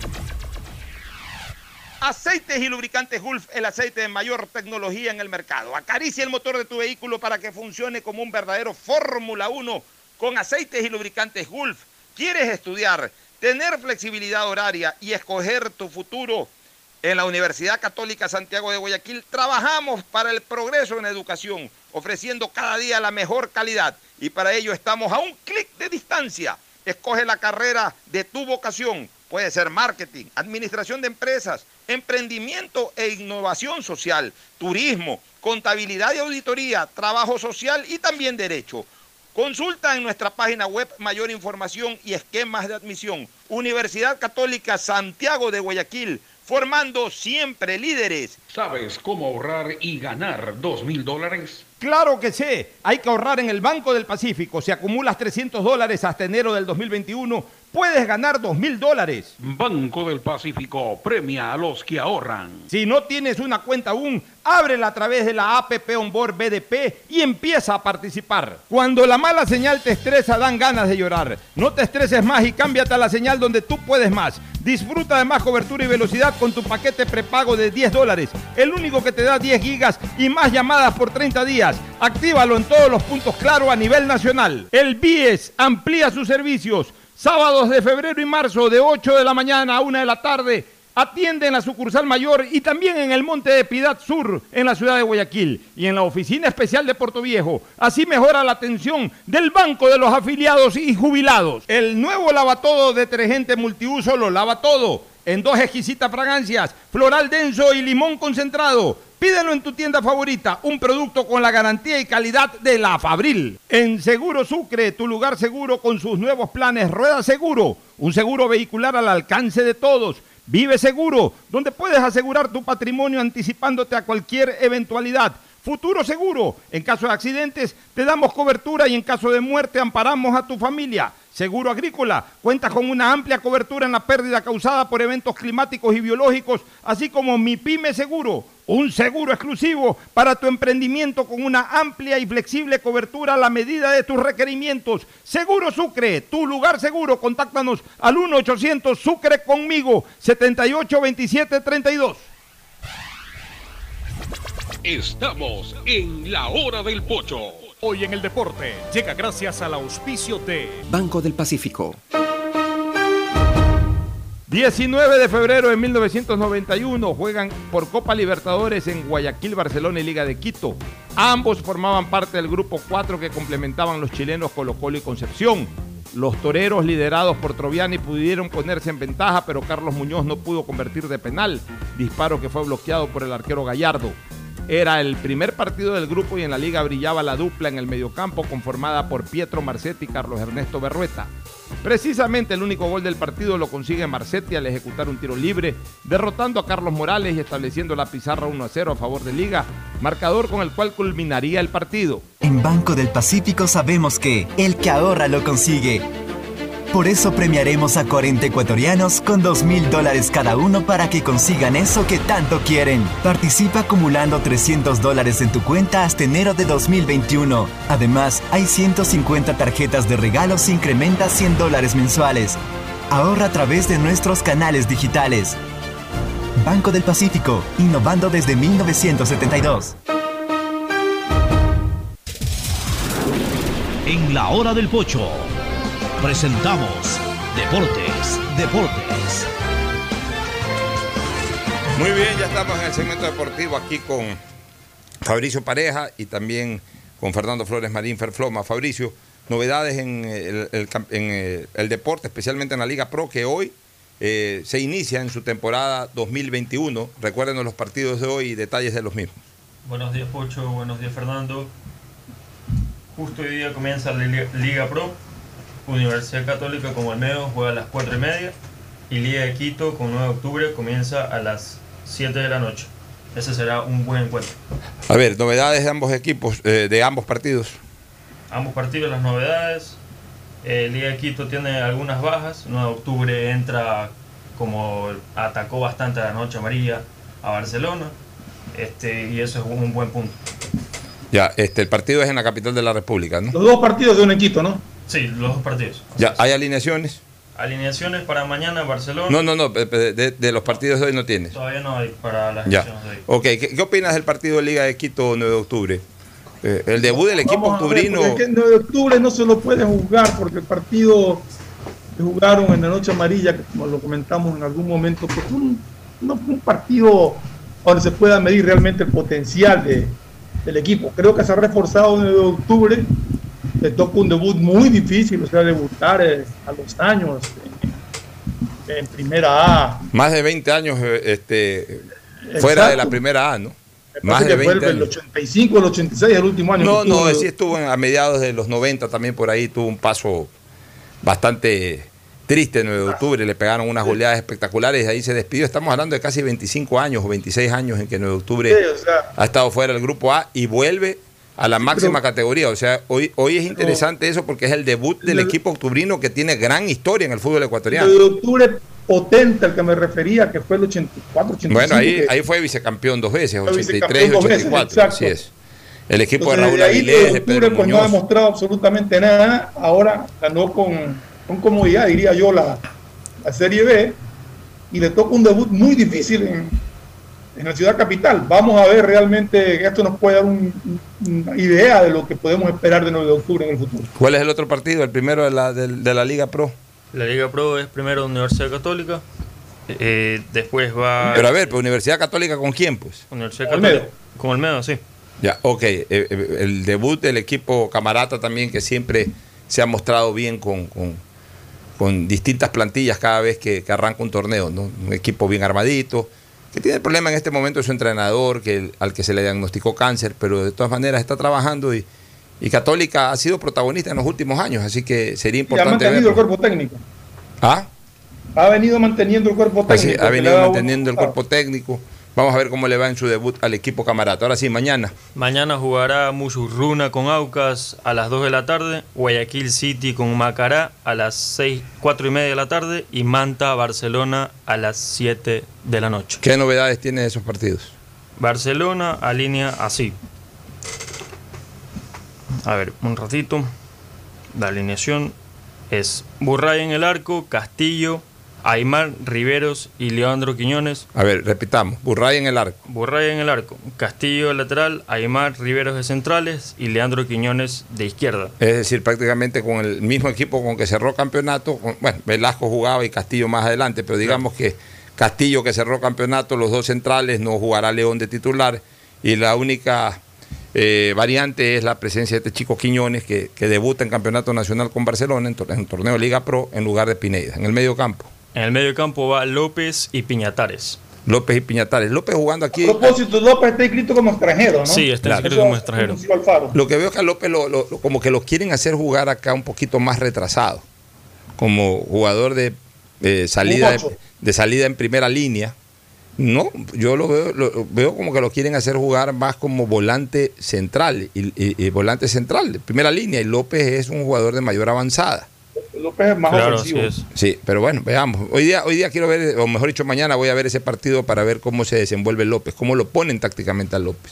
Aceites y lubricantes Gulf, el aceite de mayor tecnología en el mercado. Acaricia el motor de tu vehículo para que funcione como un verdadero Fórmula 1 con aceites y lubricantes Gulf. ¿Quieres estudiar, tener flexibilidad horaria y escoger tu futuro? En la Universidad Católica Santiago de Guayaquil trabajamos para el progreso en educación, ofreciendo cada día la mejor calidad, y para ello estamos a un clic de distancia. Escoge la carrera de tu vocación. Puede ser marketing, administración de empresas, emprendimiento e innovación social, turismo, contabilidad y auditoría, trabajo social y también derecho. Consulta en nuestra página web mayor información y esquemas de admisión. Universidad Católica Santiago de Guayaquil, formando siempre líderes. ¿Sabes cómo ahorrar y ganar $2,000? Claro que sé, hay que ahorrar en el Banco del Pacífico. Si acumulas $300 hasta enero del 2021, puedes ganar $2,000. Banco del Pacífico premia a los que ahorran. Si no tienes una cuenta aún, ábrela a través de la APP Onboard BDP y empieza a participar. Cuando la mala señal te estresa, dan ganas de llorar. No te estreses más y cámbiate a la señal donde tú puedes más. Disfruta de más cobertura y velocidad con tu paquete prepago de $10, el único que te da 10 gigas y más llamadas por 30 días. Actívalo en todos los puntos Claro a nivel nacional. El BIES amplía sus servicios. Sábados de febrero y marzo de 8 de la mañana a 1 de la tarde. Atiende en la sucursal mayor y también en el Monte de Piedad Sur, en la ciudad de Guayaquil, y en la oficina especial de Puerto Viejo. Así mejora la atención del Banco de los Afiliados y Jubilados. El nuevo lavatodo detergente multiuso lo lava todo, en 2 exquisitas fragancias, floral denso y limón concentrado. Pídelo en tu tienda favorita, un producto con la garantía y calidad de la Fabril. En Seguro Sucre, tu lugar seguro con sus nuevos planes Rueda Seguro, un seguro vehicular al alcance de todos. Vive Seguro, donde puedes asegurar tu patrimonio anticipándote a cualquier eventualidad. Futuro Seguro, en caso de accidentes te damos cobertura y en caso de muerte amparamos a tu familia. Seguro Agrícola, cuenta con una amplia cobertura en la pérdida causada por eventos climáticos y biológicos, así como Mi Pyme Seguro, un seguro exclusivo para tu emprendimiento con una amplia y flexible cobertura a la medida de tus requerimientos. Seguro Sucre, tu lugar seguro, contáctanos al 1-800 Sucre conmigo, 782732. Estamos en la hora del pocho. Hoy en el deporte llega gracias al auspicio de Banco del Pacífico. 19 de febrero de 1991 juegan por Copa Libertadores en Guayaquil, Barcelona y Liga de Quito. Ambos formaban parte del grupo 4 que complementaban los chilenos Colo-Colo y Concepción. Los toreros liderados por Troviani pudieron ponerse en ventaja, pero Carlos Muñoz no pudo convertir de penal, disparo que fue bloqueado por el arquero Gallardo. Era el primer partido del grupo y en la liga brillaba la dupla en el mediocampo conformada por Pietro Marcetti y Carlos Ernesto Berrueta. Precisamente el único gol del partido lo consigue Marcetti al ejecutar un tiro libre, derrotando a Carlos Morales y estableciendo la pizarra 1-0 a favor de Liga, marcador con el cual culminaría el partido. En Banco del Pacífico sabemos que el que ahorra lo consigue. Por eso premiaremos a 40 ecuatorianos con $2,000 cada uno para que consigan eso que tanto quieren. Participa acumulando $300 en tu cuenta hasta enero de 2021. Además, hay 150 tarjetas de regalos e incrementa $100 mensuales. Ahorra a través de nuestros canales digitales. Banco del Pacífico, innovando desde 1972. En la hora del pocho presentamos Deportes. Muy bien, ya estamos en el segmento deportivo aquí con Fabricio Pareja y también con Fernando Flores Marín Ferfloma. Fabricio, novedades en el deporte, especialmente en la Liga Pro, que hoy se inicia en su temporada 2021. Recuérdenos los partidos de hoy y detalles de los mismos. Buenos días, Pocho. Buenos días, Fernando. Justo hoy día comienza la Liga Pro. Universidad Católica con Olmedo juega a las 4:30 y Liga de Quito con 9 de octubre comienza a las 7 de la noche. Ese será un buen encuentro. A ver, novedades de ambos equipos, de ambos partidos. Ambos partidos, las novedades. Liga de Quito tiene algunas bajas. 9 de octubre entra, como atacó bastante a la noche amarilla a Barcelona, y eso es un buen punto. Ya, el partido es en la capital de la República, ¿no? Los dos partidos de un equipo, ¿no? Sí, los dos partidos. Ya, ¿hay alineaciones? Alineaciones para mañana en Barcelona. No, de los partidos de hoy no tienes. Todavía no hay para las ya. alineaciones de hoy. Ok, ¿qué opinas del partido de Liga de Quito 9 de octubre? El debut del equipo octubrino. El 9 de octubre no se lo puede juzgar porque el partido que jugaron en la noche amarilla, que como lo comentamos en algún momento, pues no fue un partido donde se pueda medir realmente el potencial del equipo. Creo que se ha reforzado el 9 de octubre. Le toca un debut muy difícil, o sea, debutar a los años en primera A. Más de 20 años fuera de la primera A, ¿no? Más de 20 años. El 85, el 86, el último año. No, sí estuvo a mediados de los 90 también por ahí, tuvo un paso bastante triste el 9 de octubre, le pegaron unas goleadas espectaculares y de ahí se despidió. Estamos hablando de casi 25 años o 26 años en que 9 de octubre ha estado fuera del grupo A y vuelve a la máxima categoría. O sea, hoy es interesante eso porque es el debut del equipo octubrino que tiene gran historia en el fútbol ecuatoriano. El de octubre potente al que me refería, que fue el 84, 85. Bueno, ahí fue vicecampeón 2 veces, 83 y 84, así es. El equipo de Raúl Avilés, de Pedro Muñoz. No ha demostrado absolutamente nada. Ahora ganó con comodidad, diría yo, la Serie B, y le toca un debut muy difícil en la ciudad capital. Vamos a ver realmente, esto nos puede dar una idea de lo que podemos esperar de 9 de octubre en el futuro. ¿Cuál es el otro partido? El primero de la Liga Pro. La Liga Pro es primero Universidad Católica, después va... Pero a ver, ¿pero Universidad Católica con quién, pues? Universidad Católica. Con Olmedo, sí. Ya, ok. El debut del equipo Camarata también, que siempre se ha mostrado bien con distintas plantillas cada vez que arranca un torneo, ¿no? Un equipo bien armadito, que tiene el problema en este momento es su entrenador, al que se le diagnosticó cáncer, pero de todas maneras está trabajando y Católica ha sido protagonista en los últimos años, así que sería importante. Y ha mantenido verlo. el cuerpo técnico. ¿Ah? Ha venido manteniendo el cuerpo técnico. Ha venido manteniendo el cuerpo técnico. Vamos a ver cómo le va en su debut al equipo Camarata. Ahora sí, mañana. Mañana jugará Musurruna con Aucas a las 2 de la tarde, Guayaquil City con Macará a las 4:30 de la tarde y Manta Barcelona a las 7 de la noche. ¿Qué novedades tiene esos partidos? Barcelona alinea así. A ver, un ratito. La alineación es Burray en el arco, Castillo, Aymar, Riveros y Leandro Quiñones. A ver, repitamos. Burray en el arco. Burray en el arco. Castillo de lateral, Aymar, Riveros de centrales y Leandro Quiñones de izquierda. Es decir, prácticamente con el mismo equipo con que cerró campeonato. Bueno, Velasco jugaba y Castillo más adelante, pero digamos que Castillo, que cerró campeonato, los dos centrales, no jugará León de titular. Y la única variante es la presencia de este chico Quiñones, que debuta en campeonato nacional con Barcelona, en torneo de Liga Pro, en lugar de Pineda. En el medio campo. En el medio campo va López y Piñatares. López jugando aquí. A propósito, López está inscrito como extranjero, ¿no? Sí, está inscrito como extranjero. Lo que veo es que a López como que lo quieren hacer jugar acá un poquito más retrasado, como jugador de salida en primera línea. No, yo lo veo como que lo quieren hacer jugar más como volante central y volante central de primera línea, y López es un jugador de mayor avanzada. López es más ofensivo. Sí, pero bueno, veamos. Hoy día quiero ver, o mejor dicho, mañana voy a ver ese partido para ver cómo se desenvuelve López, cómo lo ponen tácticamente a López.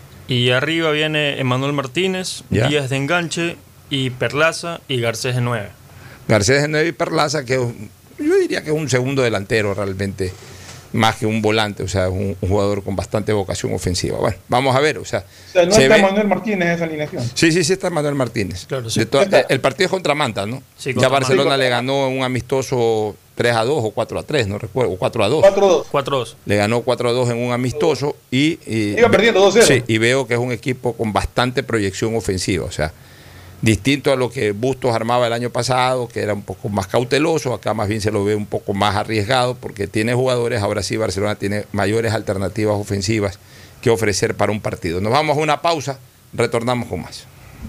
Y arriba viene Emanuel Martínez, Díaz de enganche y Perlaza y Garcés de 9. Garcés de 9 y Perlaza, que yo diría que es un segundo delantero realmente, más que un volante, o sea, un jugador con bastante vocación ofensiva. Bueno, vamos a ver, o sea no está Manuel Martínez en esa alineación. Sí, está Manuel Martínez. Claro, sí. El partido es contra Manta, ¿no? Sí, ya Barcelona le ganó un amistoso 3-2 o 4-3, no recuerdo, o 4-2. 4-2. Le ganó 4-2 en un amistoso y iba perdiendo 2-0. Sí, y veo que es un equipo con bastante proyección ofensiva, o sea, distinto a lo que Bustos armaba el año pasado, que era un poco más cauteloso. Acá más bien se lo ve un poco más arriesgado, porque tiene jugadores. Ahora sí, Barcelona tiene mayores alternativas ofensivas que ofrecer para un partido. Nos vamos a una pausa, retornamos con más.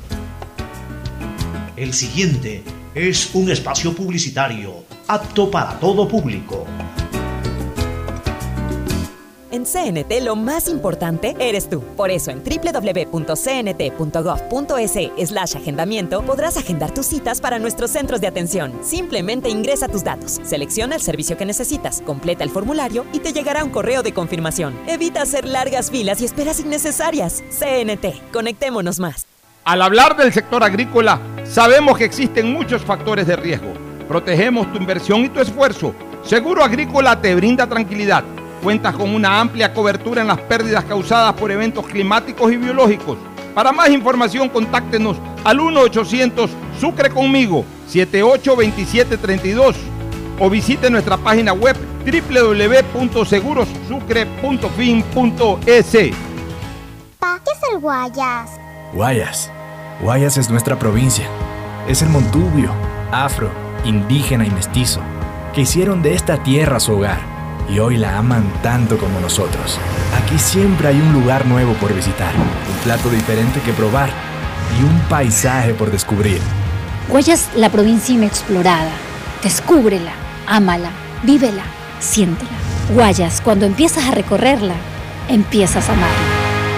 El siguiente es un espacio publicitario apto para todo público. En CNT lo más importante eres tú. Por eso en www.cnt.gov.es/agendamiento podrás agendar tus citas para nuestros centros de atención. Simplemente ingresa tus datos, selecciona el servicio que necesitas, completa el formulario y te llegará un correo de confirmación. Evita hacer largas filas y esperas innecesarias. CNT, conectémonos más. Al hablar del sector agrícola, sabemos que existen muchos factores de riesgo. Protegemos tu inversión y tu esfuerzo. Seguro Agrícola te brinda tranquilidad. Cuentas con una amplia cobertura en las pérdidas causadas por eventos climáticos y biológicos. Para más información, contáctenos al 1-800 Sucre conmigo 782732 o visite nuestra página web www.segurosucre.fin.es. ¿Qué es el Guayas? Guayas es nuestra provincia. Es el montubio, afro, indígena y mestizo, que hicieron de esta tierra su hogar. Y hoy la aman tanto como nosotros. Aquí siempre hay un lugar nuevo por visitar, un plato diferente que probar y un paisaje por descubrir. Guayas, la provincia inexplorada. Descúbrela, ámala, vívela, siéntela. Guayas, cuando empiezas a recorrerla, empiezas a amarla.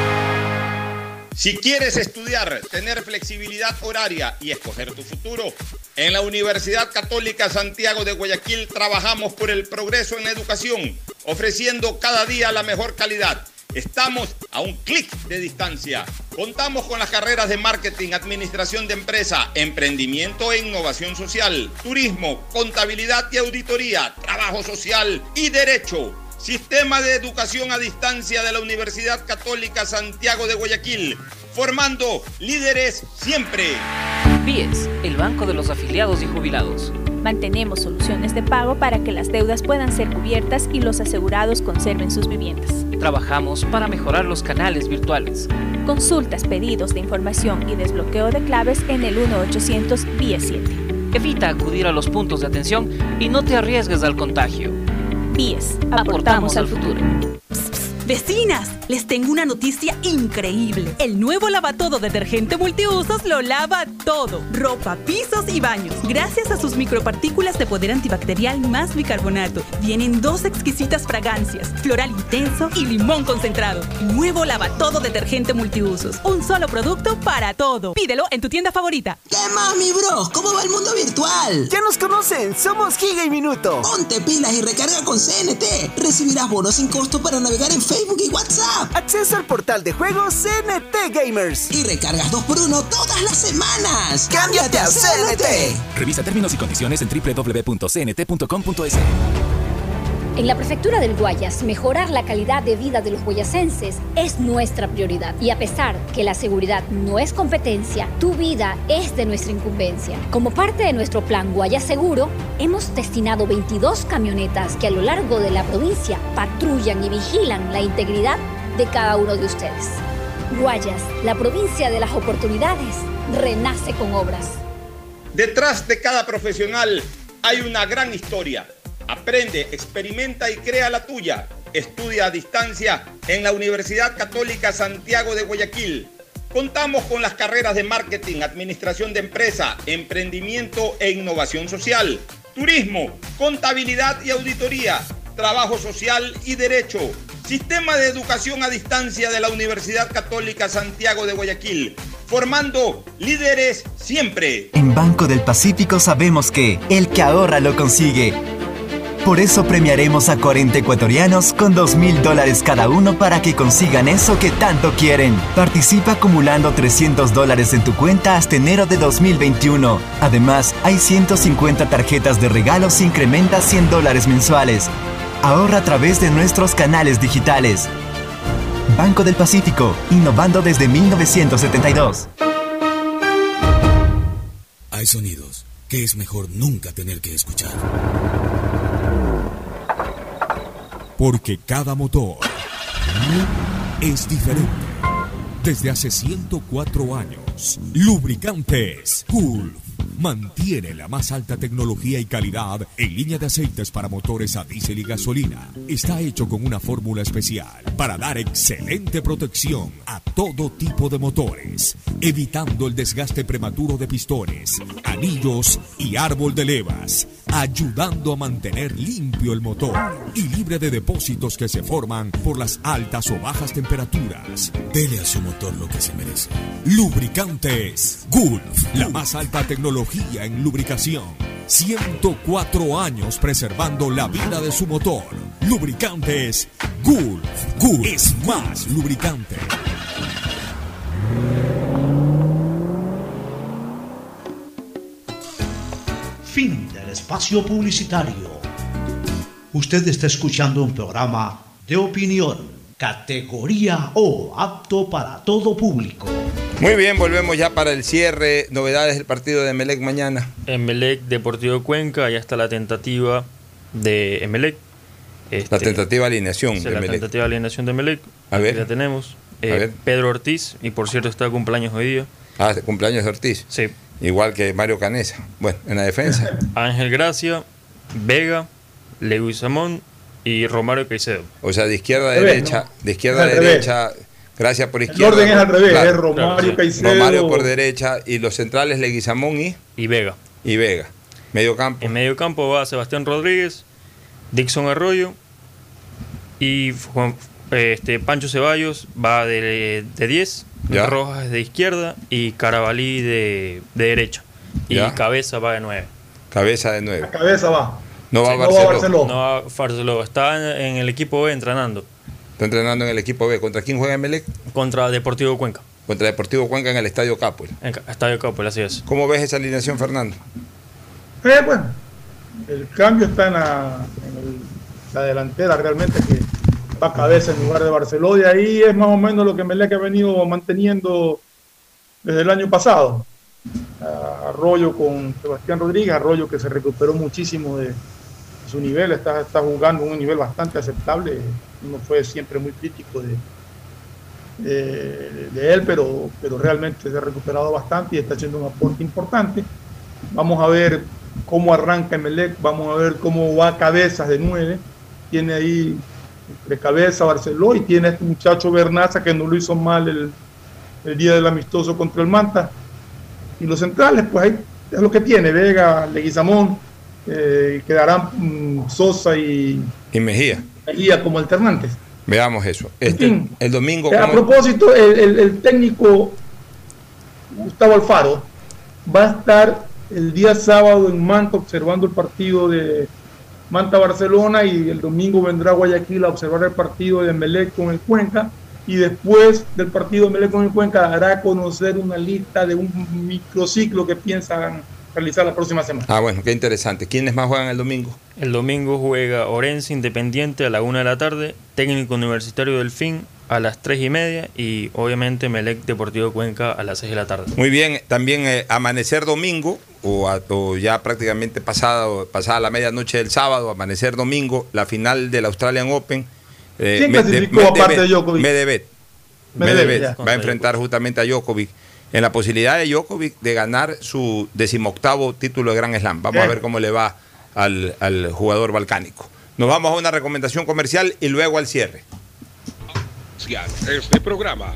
Si quieres estudiar, tener flexibilidad horaria y escoger tu futuro, en la Universidad Católica Santiago de Guayaquil trabajamos por el progreso en la educación, ofreciendo cada día la mejor calidad. Estamos a un clic de distancia. Contamos con las carreras de marketing, administración de empresa, emprendimiento e innovación social, turismo, contabilidad y auditoría, trabajo social y derecho. Sistema de Educación a Distancia de la Universidad Católica Santiago de Guayaquil, formando líderes siempre. BIES, el banco de los afiliados y jubilados. Mantenemos soluciones de pago para que las deudas puedan ser cubiertas y los asegurados conserven sus viviendas. Trabajamos para mejorar los canales virtuales. Consultas, pedidos de información y desbloqueo de claves en el 1-800 BIES 7. Evita acudir a los puntos de atención y no te arriesgues al contagio. BIES, aportamos al futuro. Vecinas, les tengo una noticia increíble. El nuevo lavatodo detergente multiusos lo lava todo. Ropa, pisos y baños. Gracias a sus micropartículas de poder antibacterial más bicarbonato. Vienen 2 exquisitas fragancias, floral intenso y limón concentrado. Nuevo lavatodo detergente multiusos. Un solo producto para todo. Pídelo en tu tienda favorita. ¿Qué más, mi bro? ¿Cómo va el mundo virtual? Ya nos conocen, somos Giga y Minuto. Ponte pilas y recarga con CNT. Recibirás bonos sin costo para navegar en Facebook y WhatsApp. Acceso al portal de juegos CNT Gamers. Y recargas 2x1 todas las semanas. ¡Cámbiate a CNT! Revisa términos y condiciones en www.cnt.com.es. En la Prefectura del Guayas, mejorar la calidad de vida de los guayasenses es nuestra prioridad. Y a pesar que la seguridad no es competencia, tu vida es de nuestra incumbencia. Como parte de nuestro plan Guayas Seguro, hemos destinado 22 camionetas que a lo largo de la provincia patrullan y vigilan la integridad de cada uno de ustedes. Guayas, la provincia de las oportunidades, renace con obras. Detrás de cada profesional hay una gran historia. Aprende, experimenta y crea la tuya. Estudia a distancia en la Universidad Católica Santiago de Guayaquil. Contamos con las carreras de marketing, administración de empresa, emprendimiento e innovación social, turismo, contabilidad y auditoría, trabajo social y derecho. Sistema de educación a distancia de la Universidad Católica Santiago de Guayaquil. Formando líderes siempre. En Banco del Pacífico sabemos que el que ahorra lo consigue. Por eso premiaremos a 40 ecuatorianos con $2,000 cada uno para que consigan eso que tanto quieren. Participa acumulando $300 en tu cuenta hasta enero de 2021. Además, hay 150 tarjetas de regalos e incrementa $100 mensuales. Ahorra a través de nuestros canales digitales. Banco del Pacífico, innovando desde 1972. Hay sonidos que es mejor nunca tener que escuchar. Porque cada motor es diferente. Desde hace 104 años, Lubricantes Gulf mantiene la más alta tecnología y calidad en línea de aceites para motores a diésel y gasolina. Está hecho con una fórmula especial para dar excelente protección a todo tipo de motores, evitando el desgaste prematuro de pistones, anillos y árbol de levas, ayudando a mantener limpio el motor y libre de depósitos que se forman por las altas o bajas temperaturas. Dele a su motor lo que se merece. Lubricantes Gulf, la más alta tecnología en lubricación. 104 años preservando la vida de su motor. Lubricantes Gulf. Gulf es más lubricante. Fin del espacio publicitario. Usted está escuchando un programa de opinión, categoría O, apto para todo público. Muy bien, volvemos ya para el cierre. Novedades del partido de Emelec mañana. Emelec Deportivo Cuenca, ya está la tentativa de Emelec. La tentativa alineación de Emelec. La tentativa alineación de Emelec. A ver. Ya tenemos. Pedro Ortiz, y por cierto está de cumpleaños hoy día. Ah, cumpleaños de Ortiz. Sí. Igual que Mario Canesa. Bueno, en la defensa. Ángel Gracia, Vega, Lewis Samón y Romario Caicedo. O sea, de izquierda a derecha, de izquierda a derecha, Gracia por izquierda. El orden es al revés, claro, es Romario Caicedo. Romario por derecha y los centrales Leguizamón y Vega. Y Vega. Medio campo. En medio campo va Sebastián Rodríguez, Dixon Arroyo y Pancho Ceballos va de 10, Rojas de izquierda y Carabalí de derecha. Y Cabeza va de 9. Cabeza de 9. Cabeza va. No va Barceló. No va Barceló. Está en el equipo B entrenando. Está entrenando en el equipo B. ¿Contra quién juega Emelec? Contra Deportivo Cuenca. Contra Deportivo Cuenca en el Estadio Capuel. En Estadio Capuel, así es. ¿Cómo ves esa alineación, Fernando? Bueno, el cambio está en la delantera realmente, que va Cabeza en lugar de Barceló. De ahí es más o menos lo que Emelec ha venido manteniendo desde el año pasado. Arroyo con Sebastián Rodríguez, Arroyo que se recuperó muchísimo de su nivel, está jugando un nivel bastante aceptable. Uno fue siempre muy crítico de él, pero realmente se ha recuperado bastante y está haciendo un aporte importante. Vamos a ver cómo arranca Emelec, vamos a ver cómo va Cabezas de 9. Tiene ahí entre Cabeza, Barceló, y tiene a este muchacho Bernaza que no lo hizo mal el día del amistoso contra el Manta. Y los centrales, pues ahí es lo que tiene, Vega, Leguizamón, quedarán Sosa y Mejía como alternantes. Veamos eso. El domingo. A propósito, el técnico Gustavo Alfaro va a estar el día sábado en Manta observando el partido de Manta-Barcelona, y el domingo vendrá a Guayaquil a observar el partido de Emelec con el Cuenca, y después del partido de Emelec con el Cuenca dará a conocer una lista de un microciclo que piensan realizar la próxima semana. Ah, bueno, qué interesante. ¿Quiénes más juegan el domingo? El domingo juega Orense Independiente a la 1 de la tarde, Técnico Universitario Delfín a las 3:30 y obviamente Emelec Deportivo Cuenca a las 6 de la tarde. Muy bien, también amanecer domingo o ya prácticamente pasada la medianoche del sábado, amanecer domingo, la final del Australian Open. ¿Quién clasificó aparte de Djokovic? Medvedev va a enfrentar justamente a Djokovic en la posibilidad de Djokovic de ganar su 18º título de Grand Slam. Vamos a ver cómo le va al jugador balcánico. Nos vamos a una recomendación comercial y luego al cierre. Este programa.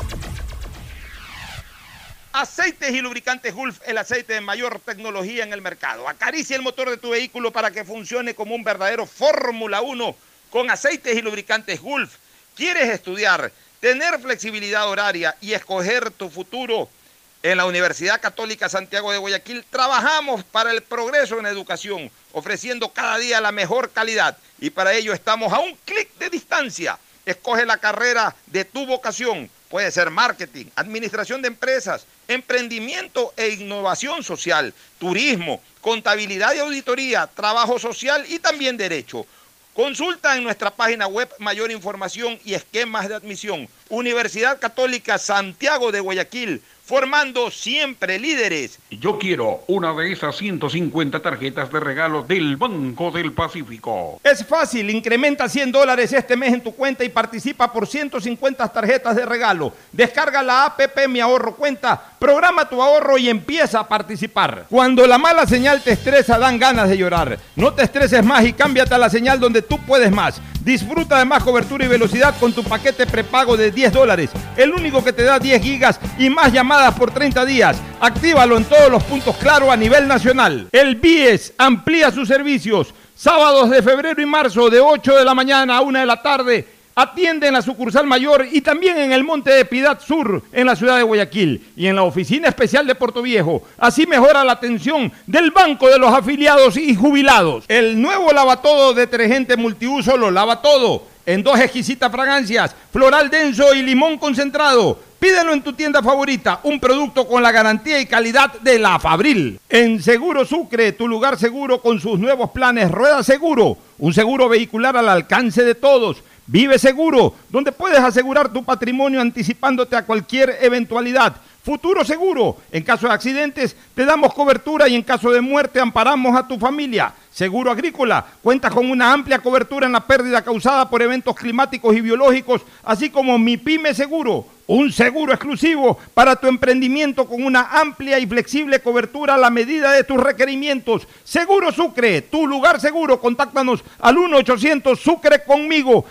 Aceites y lubricantes Gulf, el aceite de mayor tecnología en el mercado. Acaricia el motor de tu vehículo para que funcione como un verdadero Fórmula 1 con aceites y lubricantes Gulf. ¿Quieres estudiar, tener flexibilidad horaria y escoger tu futuro? En la Universidad Católica Santiago de Guayaquil trabajamos para el progreso en educación, ofreciendo cada día la mejor calidad, y para ello estamos a un clic de distancia. Escoge la carrera de tu vocación. Puede ser marketing, administración de empresas, emprendimiento e innovación social, turismo, contabilidad y auditoría, trabajo social y también derecho. Consulta en nuestra página web mayor información y esquemas de admisión. Universidad Católica Santiago de Guayaquil, formando siempre líderes. Yo quiero una de esas 150 tarjetas de regalo del Banco del Pacífico. Es fácil, incrementa $100 este mes en tu cuenta y participa por 150 tarjetas de regalo. Descarga la APP Mi Ahorro Cuenta, programa tu ahorro y empieza a participar. Cuando la mala señal te estresa, dan ganas de llorar. No te estreses más y cámbiate a la señal donde tú puedes más. Disfruta de más cobertura y velocidad con tu paquete prepago de $10, el único que te da 10 gigas y más llamadas por 30 días. Actívalo en todos los puntos Claro a nivel nacional. El BIES amplía sus servicios. Sábados de febrero y marzo de 8 de la mañana a 1 de la tarde. Atiende en la sucursal mayor y también en el Monte de Piedad Sur, en la ciudad de Guayaquil, y en la oficina especial de Puerto Viejo. Así mejora la atención del Banco de los Afiliados y Jubilados. El nuevo lavatodo detergente multiuso lo lava todo, en 2 exquisitas fragancias, floral denso y limón concentrado. Pídelo en tu tienda favorita, un producto con la garantía y calidad de la Fabril. En Seguro Sucre, tu lugar seguro con sus nuevos planes Rueda Seguro, un seguro vehicular al alcance de todos. Vive Seguro, donde puedes asegurar tu patrimonio anticipándote a cualquier eventualidad. Futuro Seguro, en caso de accidentes te damos cobertura y en caso de muerte amparamos a tu familia. Seguro Agrícola, cuenta con una amplia cobertura en la pérdida causada por eventos climáticos y biológicos, así como Mi Pyme Seguro, un seguro exclusivo para tu emprendimiento con una amplia y flexible cobertura a la medida de tus requerimientos. Seguro Sucre, tu lugar seguro. Contáctanos al 1-800 Sucre conmigo,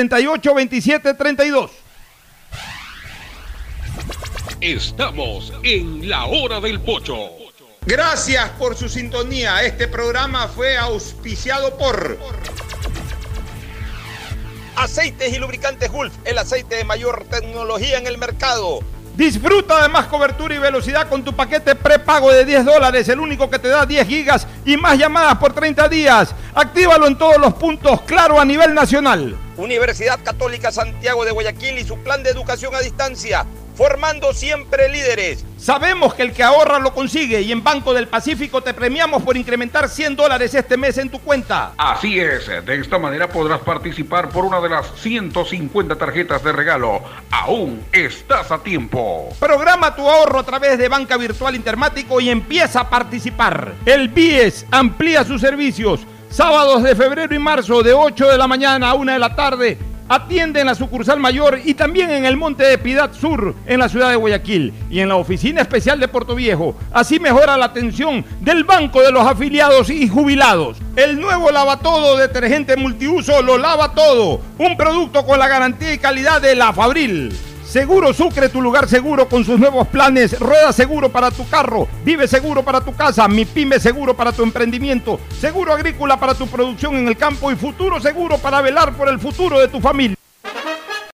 782732. Estamos en la hora del pocho. Gracias por su sintonía. Este programa fue auspiciado por Aceites y Lubricantes Gulf, el aceite de mayor tecnología en el mercado. Disfruta de más cobertura y velocidad con tu paquete prepago de $10, el único que te da 10 gigas y más llamadas por 30 días. Actívalo en todos los puntos Claro a nivel nacional. Universidad Católica Santiago de Guayaquil y su plan de educación a distancia, formando siempre líderes. Sabemos que el que ahorra lo consigue y en Banco del Pacífico te premiamos por incrementar $100 este mes en tu cuenta. Así es, de esta manera podrás participar por una de las 150 tarjetas de regalo. Aún estás a tiempo. Programa tu ahorro a través de Banca Virtual Intermático y empieza a participar. El BIES amplía sus servicios. Sábados de febrero y marzo de 8 de la mañana a 1 de la tarde Atiende en la sucursal mayor y también en el Monte de Piedad Sur, en la ciudad de Guayaquil, y en la oficina especial de Puerto Viejo. Así mejora la atención del Banco de los Afiliados y Jubilados. El nuevo Lavatodo detergente multiuso lo lava todo. Un producto con la garantía y calidad de La Fabril. Seguro Sucre, tu lugar seguro con sus nuevos planes. Rueda seguro para tu carro, Vive seguro para tu casa, Mi Pyme seguro para tu emprendimiento, Seguro Agrícola para tu producción en el campo y Futuro seguro para velar por el futuro de tu familia.